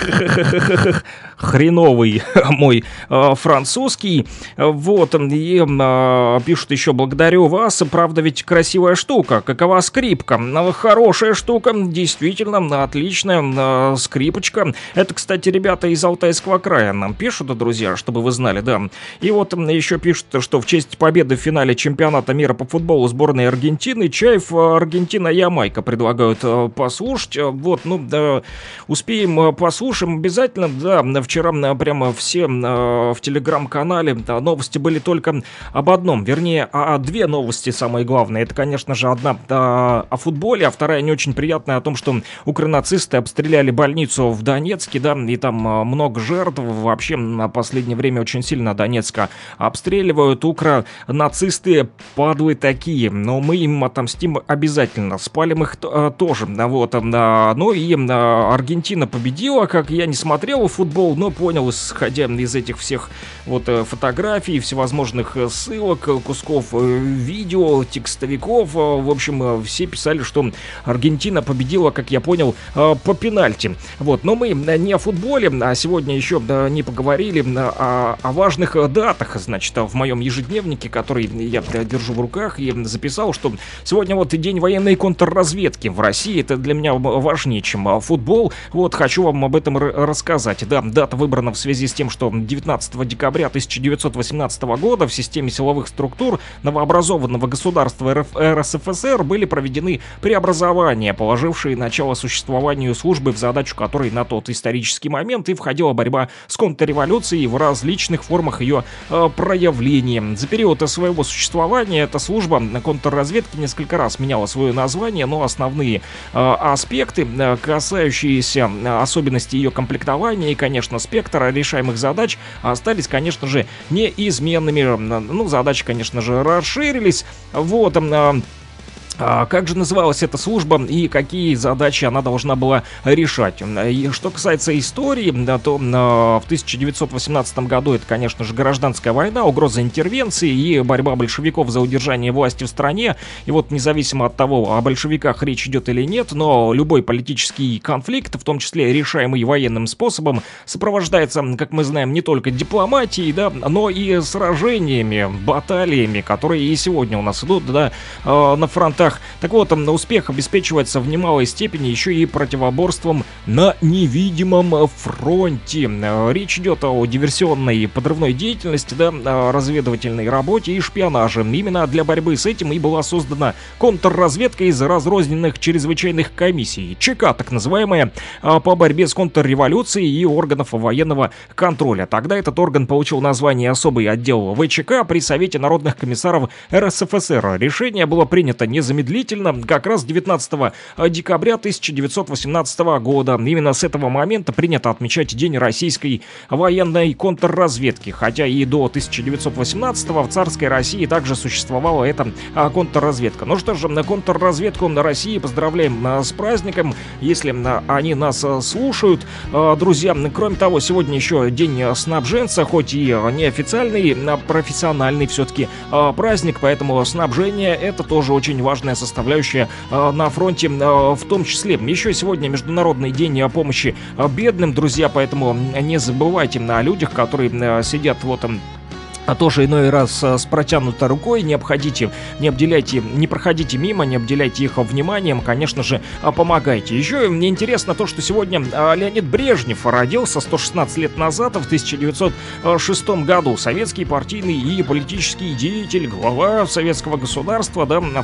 S1: хреновый мой французский. Вот, и пишут еще: благодарю вас, правда ведь красивая штука. Какова скрипка? Хорошая штука, действительно, отличная скрипочка. Это, кстати, ребята из Алтайского края нам пишут, друзья, чтобы вы знали, да. И вот еще пишут, что в честь победы в финале чемпионата мира по футболу сборной Аргентины Чайф Аргентина-Ямайка предлагают послушать. Вот, ну, да, успеем, послушаем обязательно, да. Вчера прямо все в телеграм-канале новости были только об одном, вернее, две новости самые главные. Это, конечно же, одна о футболе, а вторая не очень приятная, о том, что укронацисты обстреляли больницу в Донецке, да, и там много жертв. Вообще, на последнее время очень сильно Донецка обстреливают. Укронацисты падлы такие, но мы им отомстим обязательно, спалим их тоже. Вот, ну и Аргентина победила, как я не смотрел футбол, но понял, исходя из этих всех вот фотографий, всевозможных ссылок, кусков видео, текстовиков, в общем, все писали, что Аргентина победила, как я понял, по пенальти. Вот, но мы не о футболе, а сегодня еще не поговорили о важных датах, значит, в моем ежедневнике, который я держу в руках, и записал, что сегодня вот день военной контрразведки в России. Это для меня важнее, чем футбол. Вот, хочу вам об этом рассказать. Да, дата выбрана в связи с тем, что 19 декабря 1918 года в системе силовых структур новообразованного государства РСФСР были проведены преобразования, положившие начало существованию службы, в задачу которой на тот исторический момент и входила борьба с контрреволюцией в различных формах ее проявления. За период своего существования эта служба контрразведки несколько раз меняла свое название, но основные аспекты, касающиеся особенностей ее комплектования и, конечно, спектра решаемых задач, остались, конечно же, неизменными. Ну, задачи, конечно же, расширились. Вот. Как же называлась эта служба и какие задачи она должна была решать? И что касается истории, да, то в 1918 году это, конечно же, гражданская война, угроза интервенции и борьба большевиков за удержание власти в стране. И вот независимо от того, о большевиках речь идет или нет, но любой политический конфликт, в том числе решаемый военным способом, сопровождается, как мы знаем, не только дипломатией, да, но и сражениями, баталиями, которые и сегодня у нас идут, да, на фронтах фронтах. Так вот, успех обеспечивается в немалой степени еще и противоборством на невидимом фронте. Речь идет о диверсионной подрывной деятельности, да, разведывательной работе и шпионаже. Именно для борьбы с этим и была создана контрразведка из разрозненных чрезвычайных комиссий, ЧК, так называемая, по борьбе с контрреволюцией и органов военного контроля. Тогда этот орган получил название «Особый отдел ВЧК» при Совете народных комиссаров РСФСР. Решение было принято незамедлительно, как раз 19 декабря 1918 года. Именно с этого момента принято отмечать День российской военной контрразведки, хотя и до 1918-го в царской России также существовала эта контрразведка. Ну что же, на контрразведку на России поздравляем с праздником, если они нас слушают, друзья. Кроме того, сегодня еще День снабженца, хоть и неофициальный, профессиональный все-таки праздник, поэтому снабжение — это тоже очень важная составляющая на фронте в том числе. Еще сегодня Международный день помощи бедным, друзья, поэтому не забывайте о людях, которые сидят вот тоже иной раз с протянутой рукой. Не проходите мимо, не обделяйте их вниманием, конечно же, помогайте. Еще мне интересно то, что сегодня Леонид Брежнев родился 116 лет назад, в 1906 году. Советский партийный и политический деятель, глава советского государства, да, в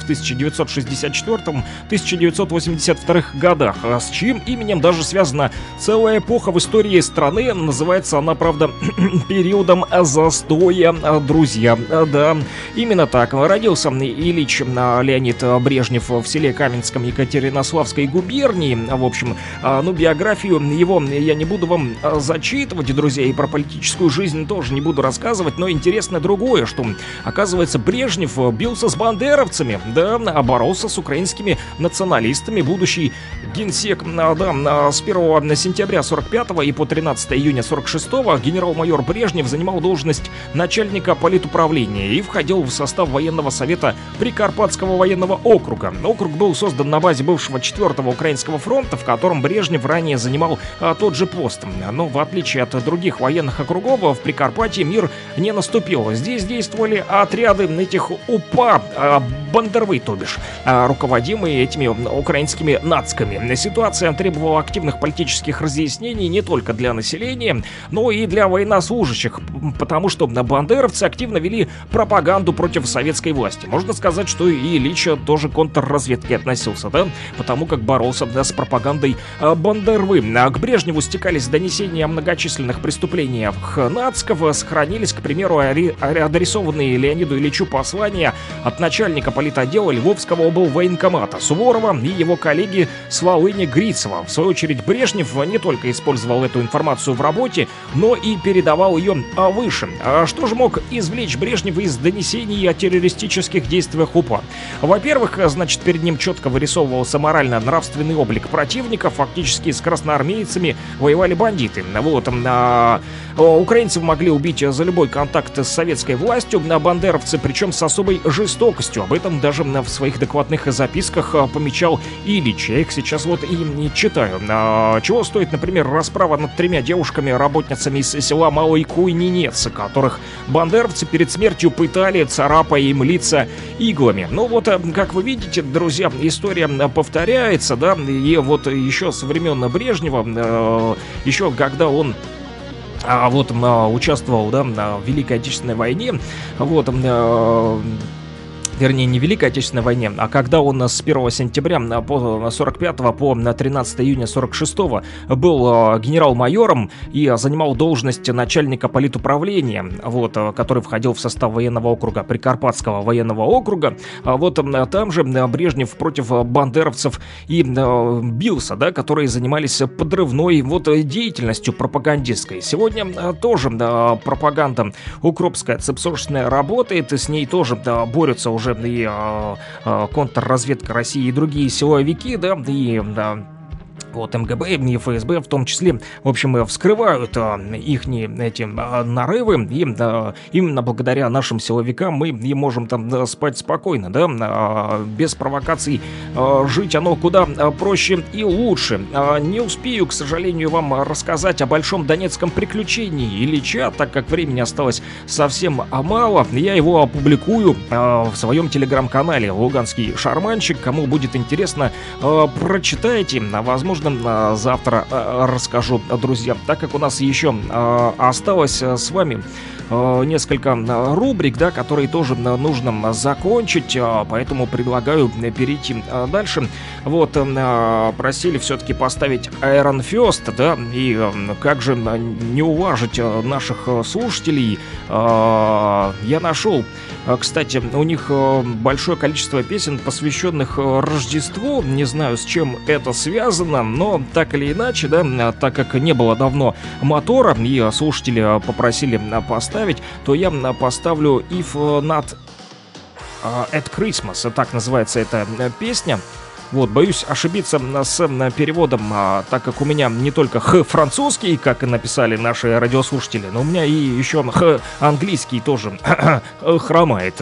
S1: 1964-1982 годах. С чьим именем даже связана целая эпоха в истории страны. Называется она, правда, периодом застоя, друзья. Да, именно так. Родился Ильич Леонид Брежнев в селе Каменском Екатеринославской губернии. В общем, биографию его я не буду вам зачитывать, друзья, и про политическую жизнь тоже не буду рассказывать, но интересно другое, что, оказывается, Брежнев бился с бандеровцами, да, боролся с украинскими националистами, будущий генсек, да, с 1 сентября 45 и по 13 июня 46 генерал-майор Брежнев занимал должность начальника политуправления и входил в состав военного совета Прикарпатского военного округа. Округ был создан на базе бывшего 4-го Украинского фронта, в котором Брежнев ранее занимал тот же пост. Но в отличие от других военных округов, в Прикарпатье мир не наступил. Здесь действовали отряды этих УПА, бандервы, то бишь, руководимые этими украинскими нацками. Ситуация требовала активных политических разъяснений не только для населения, но и для военнослужащих, потому что бандеровцы активно вели пропаганду против советской власти. Можно сказать, что и Ильич тоже к контрразведке относился, да, потому как боролся, да, с пропагандой бандервы. К Брежневу стекались донесения о многочисленных преступлениях нацков, сохранились, к примеру, адресованные Леониду Ильичу послания от начальника политотдела Львовского облвоенкомата Суворова и его коллеги с Волыни Грицева. В свою очередь, Брежнев не только использовал эту информацию в работе, но и передавал ее выше. Что же мог извлечь Брежнев из донесений о террористических действиях УПА? Во-первых, значит, перед ним четко вырисовывался морально-нравственный облик противника. Фактически с красноармейцами воевали бандиты. Вот, украинцев могли убить за любой контакт с советской властью, бандеровцы, причем с особой жестокостью. Об этом даже в своих докладных записках помечал Ильич. Я их сейчас вот и не читаю. Чего стоит, например, расправа над 3 девушками-работницами из села Малый Куйнинец, которых бандеровцы перед смертью пытали, царапая им лица иглами. Ну вот, как вы видите, друзья, история повторяется, да, и вот еще со времен Брежнева, еще когда он участвовал, да, в Великой Отечественной войне, вот, вернее, не в Великой Отечественной войне, а когда он с 1 сентября по 45 по 13 июня 46 был генерал-майором и занимал должность начальника политуправления, вот, который входил в состав военного округа, Прикарпатского военного округа. Вот там же Брежнев против бандеровцев и бился, да, которые занимались подрывной деятельностью пропагандистской. Сегодня тоже пропаганда укропская, цепсошная работает, и с ней тоже борются уже и контрразведка России и другие силовики, да, и Вот МГБ и ФСБ в том числе, в общем, вскрывают ихние эти нарывы, и именно благодаря нашим силовикам мы и можем там спать спокойно, да, без провокаций. Жить оно куда проще и лучше. Не успею, к сожалению, вам рассказать о большом донецком приключении Ильича, так как времени осталось совсем мало. Я его опубликую в своем телеграм-канале «Луганский шарманщик». Кому будет интересно, прочитайте. Возможно, завтра расскажу, друзья. Так как у нас еще осталось с вами несколько рубрик, да, которые тоже нужно закончить, поэтому предлагаю перейти дальше. Вот, просили все-таки поставить Iron Fist, да, и как же не уважить наших слушателей. Я нашел, кстати, у них большое количество песен, посвященных Рождеству. Не знаю, с чем это связано, но так или иначе, да, так как не было давно мотора, и слушатели попросили поставить, то я поставлю If Not at Christmas. Так называется эта песня. Вот, боюсь ошибиться с переводом, так как у меня не только французский, как и написали наши радиослушатели, но у меня и еще английский тоже хромает.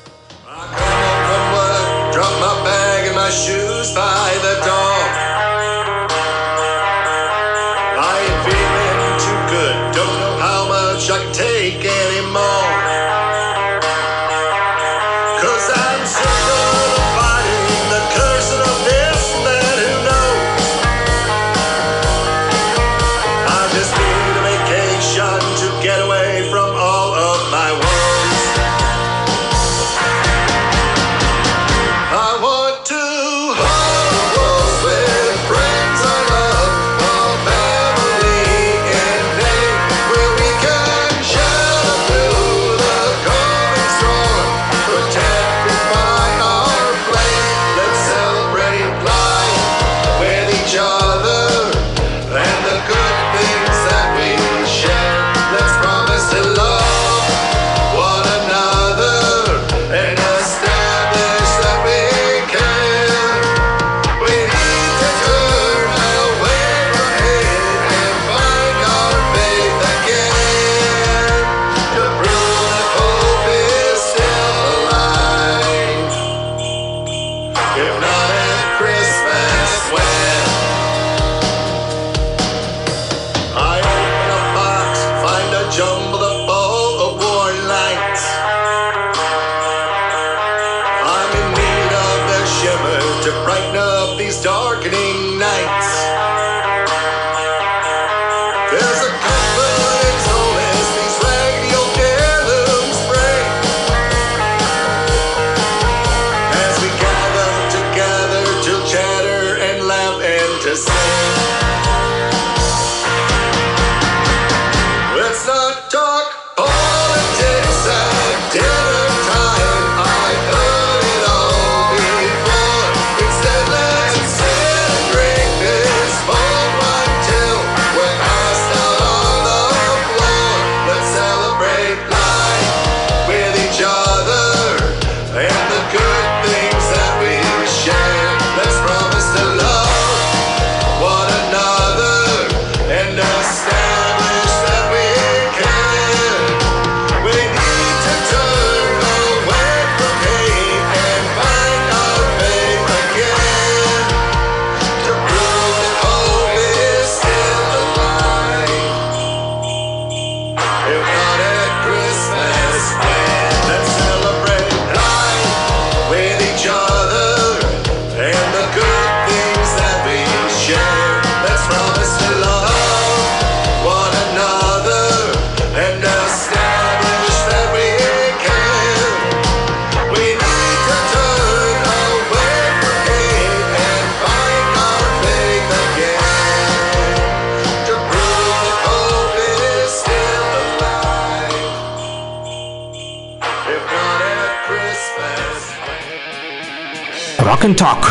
S2: Rock and Talk.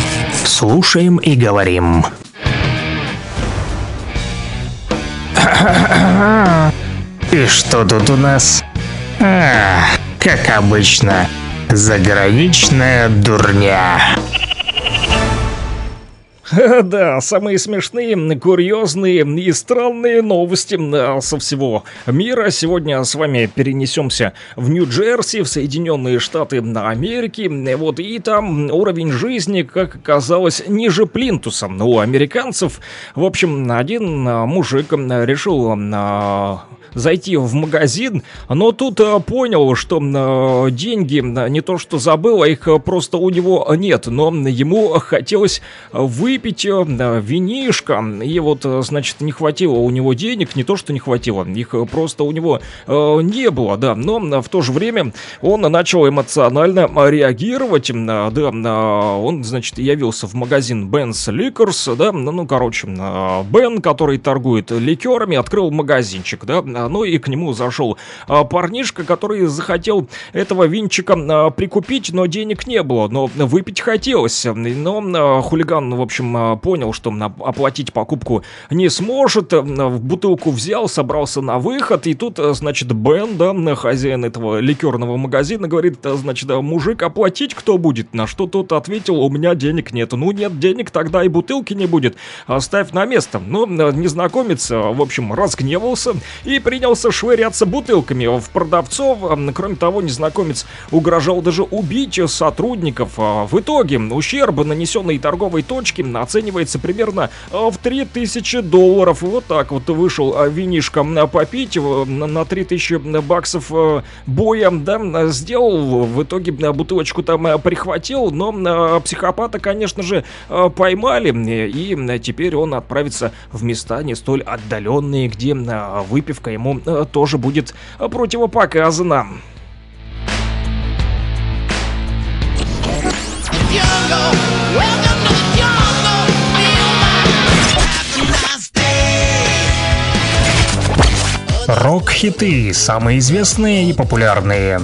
S2: Слушаем и говорим. И что тут у нас? Как обычно, заграничная дурня.
S1: Да, самые смешные, курьезные и странные новости со всего мира. Сегодня с вами перенесемся в Нью-Джерси, в Соединенные Штаты Америки. Вот, и там уровень жизни, как оказалось, ниже плинтуса у американцев. В общем, один мужик решил зайти в магазин, но тут понял, что деньги не то что забыл, а их просто у него нет. Но ему хотелось выпить винишко, и вот, значит, не хватило у него денег, не то что не хватило, их просто у него не было, да, но в то же время он начал эмоционально реагировать, да, он, значит, явился в магазин Ben's Liquors, да, ну, короче, Бен, который торгует ликерами, открыл магазинчик, да, ну, и к нему зашел парнишка, который захотел этого винчика прикупить, но денег не было, но выпить хотелось, но хулиган, в общем, понял, что оплатить покупку не сможет, бутылку взял, собрался на выход, и тут, значит, Бен, да, хозяин этого ликерного магазина, говорит, значит, мужик, оплатить кто будет? На что тот ответил, у меня денег нет. Ну, нет денег, тогда и бутылки не будет, оставь на место. Ну, незнакомец, в общем, разгневался и принялся швыряться бутылками в продавцов. Кроме того, незнакомец угрожал даже убить сотрудников. В итоге ущерб, нанесенный торговой точке, оценивается примерно в $3000. Вот так вот вышел винишко попить на $3000 боя, да, сделал. В итоге бутылочку там прихватил, но психопата, конечно же, поймали, и теперь он отправится в места не столь отдаленные, где выпивка ему тоже будет противопоказана.
S2: Рок-хиты, самые известные и популярные.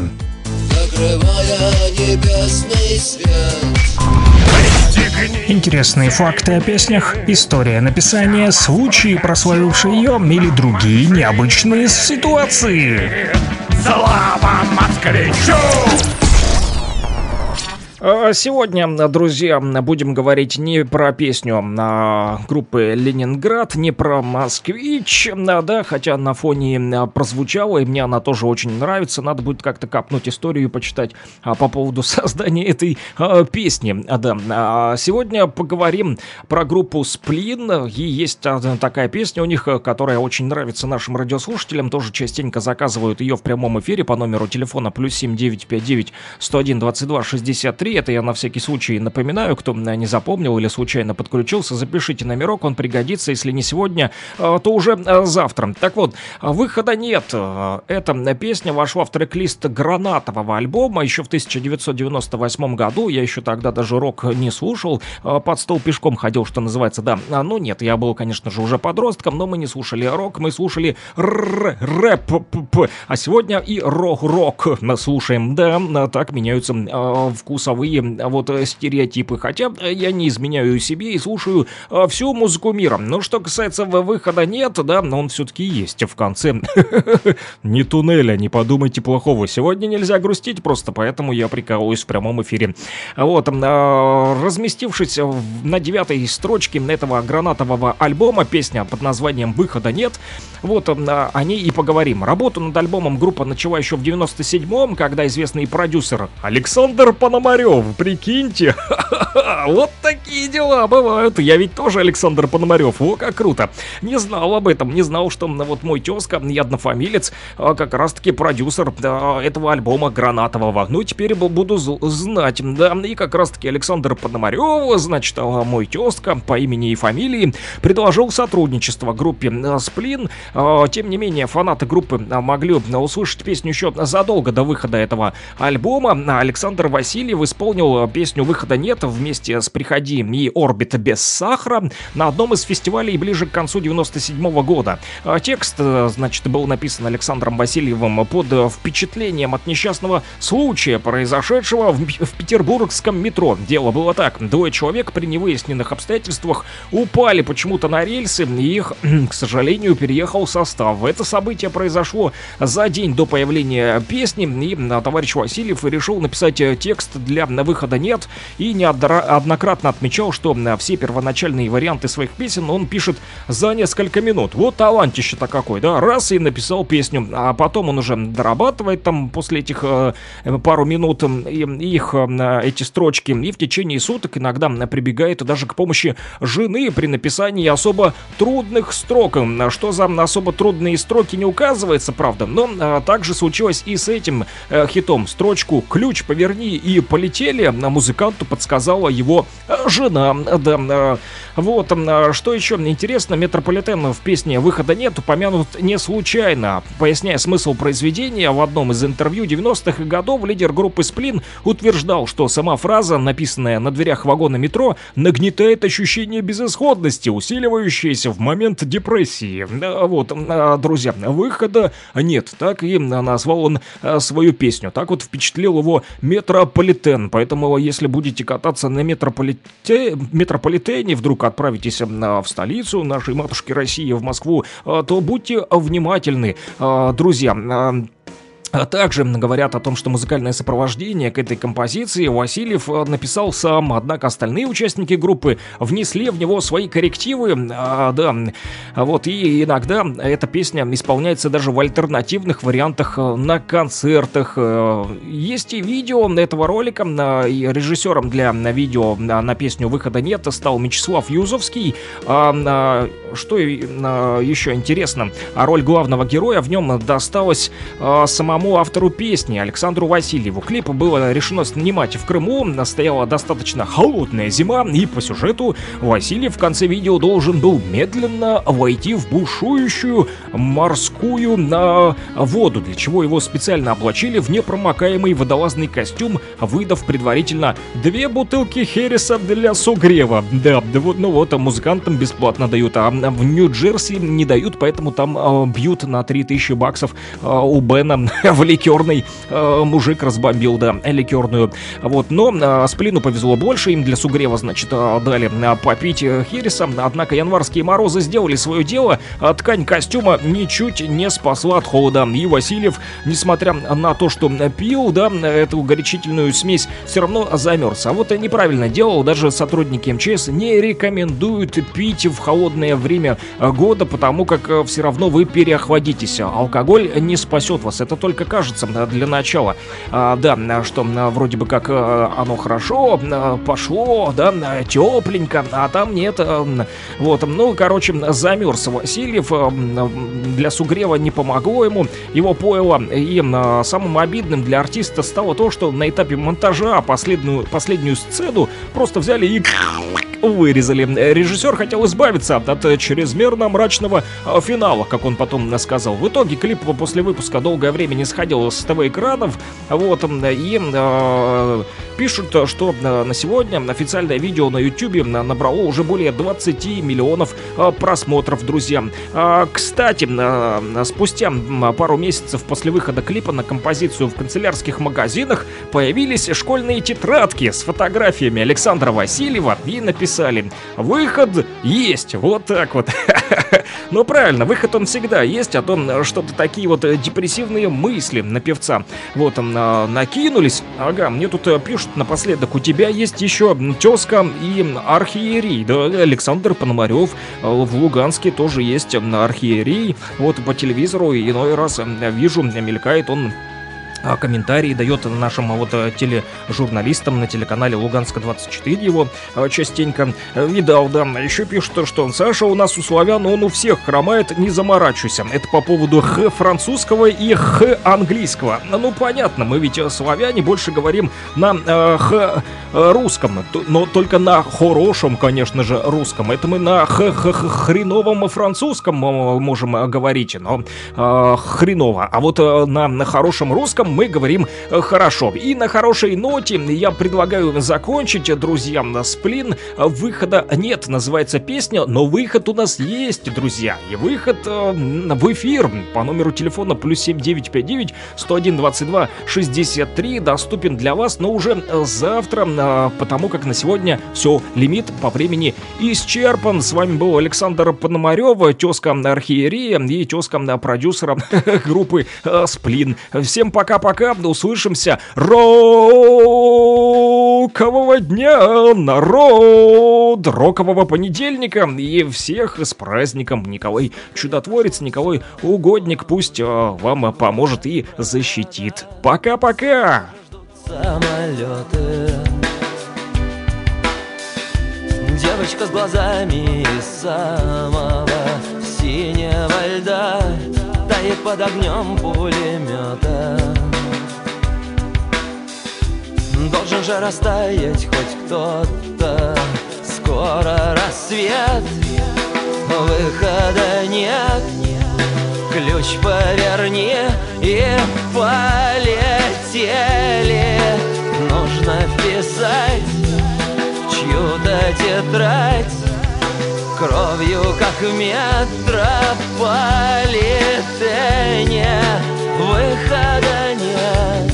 S2: Интересные факты о песнях, история написания, случаи, прославившие ее, или другие необычные ситуации.
S3: Слава москвичу!
S1: Сегодня, друзья, будем говорить не про песню группы «Ленинград», не про «Москвич», да, хотя на фоне прозвучала, и мне она тоже очень нравится. Надо будет как-то копнуть историю и почитать по поводу создания этой песни. Да. Сегодня поговорим про группу «Сплин», и есть такая песня у них, которая очень нравится нашим радиослушателям, тоже частенько заказывают ее в прямом эфире по номеру телефона +7 959 101 22 63. Это я на всякий случай напоминаю, кто не запомнил или случайно подключился, запишите номерок, он пригодится, если не сегодня, то уже завтра. Так вот, выхода нет. Эта песня вошла в трек-лист гранатового альбома еще в 1998 году, я еще тогда даже рок не слушал, под стол пешком ходил, что называется, да. Ну нет, я был, конечно же, уже подростком, но мы не слушали рок, мы слушали рэп, а сегодня и рок слушаем, да, так меняются вкусовые вот стереотипы, хотя я не изменяю себе и слушаю всю музыку мира. Но что касается выхода нет, да, но он все-таки есть в конце. Не туннеля, не подумайте плохого. Сегодня нельзя грустить просто, поэтому я прикалываюсь в прямом эфире. Вот, разместившись на 9-й строчке этого гранатового альбома, песня под названием «Выхода нет», вот о ней и поговорим. Работу над альбомом группа начала еще в 97-м, когда известный продюсер Александр Пономарев, прикиньте, вот такие дела бывают. Я ведь тоже Александр Пономарев, о, как круто. Не знал об этом, не знал, что вот мой тезка и однофамилец как раз-таки продюсер этого альбома гранатового. Ну, теперь буду знать, да, и как раз-таки Александр Пономарев, значит, мой тезка по имени и фамилии, предложил сотрудничество группе «Сплин». Тем не менее, фанаты группы могли услышать песню еще задолго до выхода этого альбома. Александр Васильев исполнил песню «Выхода нет» вместе с «Приходи» и «Орбит без сахара» на одном из фестивалей ближе к концу 97-го года. Текст, значит, был написан Александром Васильевым под впечатлением от несчастного случая, произошедшего в петербургском метро. Дело было так: двое человек при невыясненных обстоятельствах упали почему-то на рельсы, и их, к сожалению, переехал состав. Это событие произошло за день до появления песни, и товарищ Васильев решил написать текст для выхода нет, и неоднократно отмечал, что все первоначальные варианты своих песен он пишет за несколько минут. Вот талантище-то какой, да, раз и написал песню, а потом он уже дорабатывает там после этих пару минут эти строчки, и в течение суток иногда прибегает даже к помощи жены при написании особо трудных строк. Что за особо трудные строки не указывается, правда, но также случилось и с этим хитом. Строчку «Ключ поверни и полетели» музыканту подсказала его жена. Да, вот, что еще интересно, Метрополитен в песне «Выхода нет» упомянут не случайно. Поясняя смысл произведения, в одном из интервью 90-х годов лидер группы «Сплин» утверждал, что сама фраза, написанная на дверях вагона метро, нагнетает ощущение безысходности, усиливающееся в момент депрессии. Вот, друзья, выхода нет, так и назвал он свою песню. Так вот впечатлил его Метрополитен. Поэтому, если будете кататься на метрополитене, вдруг отправитесь в столицу нашей матушки России, в Москву, то будьте внимательны, друзья. Также говорят о том, что музыкальное сопровождение к этой композиции Васильев написал сам, однако остальные участники группы внесли в него свои коррективы, да, вот, и иногда эта песня исполняется даже в альтернативных вариантах на концертах. Есть и видео этого ролика, и режиссером для видео на песню «Выхода нет» стал Мячеслав Юзовский. Что еще интересно, роль главного героя в нем досталась самому автору песни Александру Васильеву. Клип было решено снимать в Крыму, стояла достаточно холодная зима, и по сюжету Васильев в конце видео должен был медленно войти в бушующую морскую воду, для чего его специально облачили в непромокаемый водолазный костюм, выдав предварительно 2 бутылки хереса для согрева. Да, ну вот, музыкантам бесплатно дают, а в Нью-Джерси не дают, поэтому там бьют на 3000 баксов у Бена в ликерный. Мужик разбомбил, да, ликерную. Вот, но Сплину повезло больше, им для сугрева, значит, дали попить хереса, однако январские морозы сделали свое дело, ткань костюма ничуть не спасла от холода, и Васильев, несмотря на то, что пил, да, эту горячительную смесь, все равно замерз. А вот неправильно делал, даже сотрудники МЧС не рекомендуют пить в холодное время года, потому как все равно вы переохладитесь. Алкоголь не спасет вас, это только кажется для начала. Да, что вроде бы как оно хорошо пошло, да, тепленько, а там нет. Вот, ну, короче, замерз Васильев, для сугрева не помогло ему, его пойло, и самым обидным для артиста стало то, что на этапе монтажа последнюю сцену просто взяли и вырезали. Режиссер хотел избавиться от чрезмерно мрачного финала, как он потом сказал. В итоге клип после выпуска долгое время не сходил с ТВ-экранов. Вот, и пишут, что на сегодня официальное видео на YouTube набрало уже более 20 миллионов просмотров, друзья. Кстати, спустя пару месяцев после выхода клипа на композицию в канцелярских магазинах появились школьные тетрадки с фотографиями Александра Васильева и написали: «Выход есть». Вот так вот. Ну правильно, выход он всегда есть, а то что-то такие вот депрессивные мысли на певца вот накинулись. Ага, мне тут пишут напоследок: у тебя есть еще тезка и архиерей. Да, Александр Пономарев в Луганске тоже есть архиерей. Вот по телевизору иной раз вижу, мелькает он, комментарии дает нашим вот тележурналистам на телеканале Луганск-24, его частенько видал, да. Еще пишут, что Саша у нас у славян, он у всех хромает, не заморачивайся. Это по поводу х французского и х английского. Ну понятно, мы ведь славяне больше говорим на х русском, но только на хорошем, конечно же, русском. Это мы на хреновом французском можем говорить, но хреново. А вот на хорошем русском мы говорим хорошо. И на хорошей ноте я предлагаю закончить, друзья. Сплин, выхода нет, называется песня, но выход у нас есть, друзья. И выход в эфир по номеру телефона +7 959 101 22 63 доступен для вас, но уже завтра, потому как на сегодня все, лимит по времени исчерпан. С вами был Александр Пономарев, тезка архиерея и тезка продюсера группы Сплин. Всем пока-пока, услышимся. рокового дня, народ! Рокового понедельника! И всех с праздником! Николай Чудотворец, Николай Угодник пусть вам поможет и защитит. Пока-пока!
S13: Самолеты. Девочка с глазами из самого синего льда тает под огнем пулемета. Должен же растаять хоть кто-то. Скоро рассвет, выхода нет. Ключ поверни и полетели. Нужно вписать в чью-то тетрадь кровью, как в метрополитене. Выхода нет.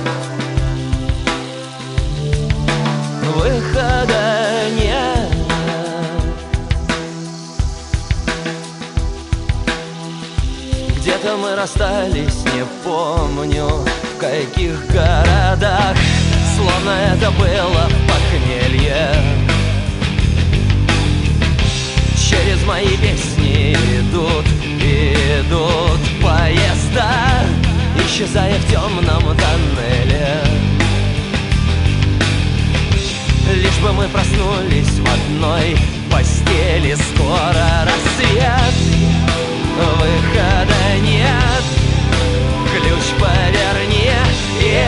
S13: Выхода нет. Где-то мы расстались, не помню в каких городах. Словно это было похмелье. Через мои песни идут поезда, исчезая в темном тоннеле. Лишь бы мы проснулись в одной постели. Скоро рассвет, выхода нет. Ключ поверни и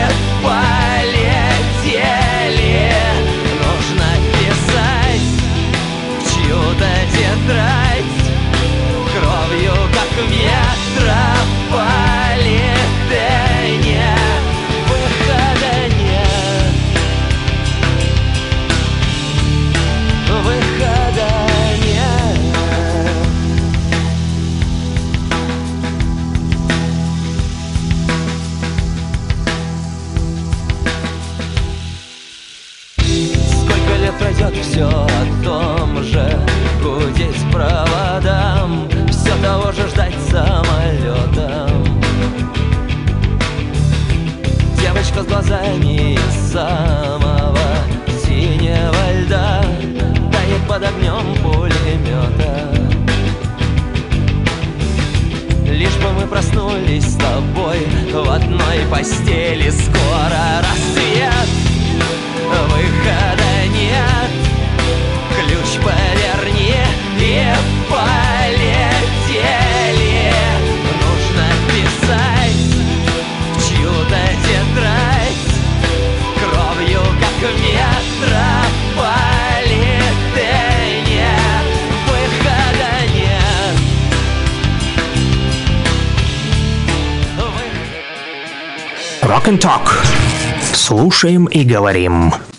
S13: полетели. Нужно писать в чью-то тетрадь кровью, как в метрополитене. Выхода нет. Выхода нет. Сколько лет пройдет, все о том же. Гудеть проводам, все того же ждать самолетом. Девочка с глазами из самого синего льда тает под огнем пулемета. Лишь бы мы проснулись с тобой в одной постели. Скоро рассвет, выхода нет. Ключ поверни и полетели. Нужно писать в чью-то тетрадь кровью, как в метрополитене. Выхода нет.
S2: Rock and Talk. Слушаем и говорим.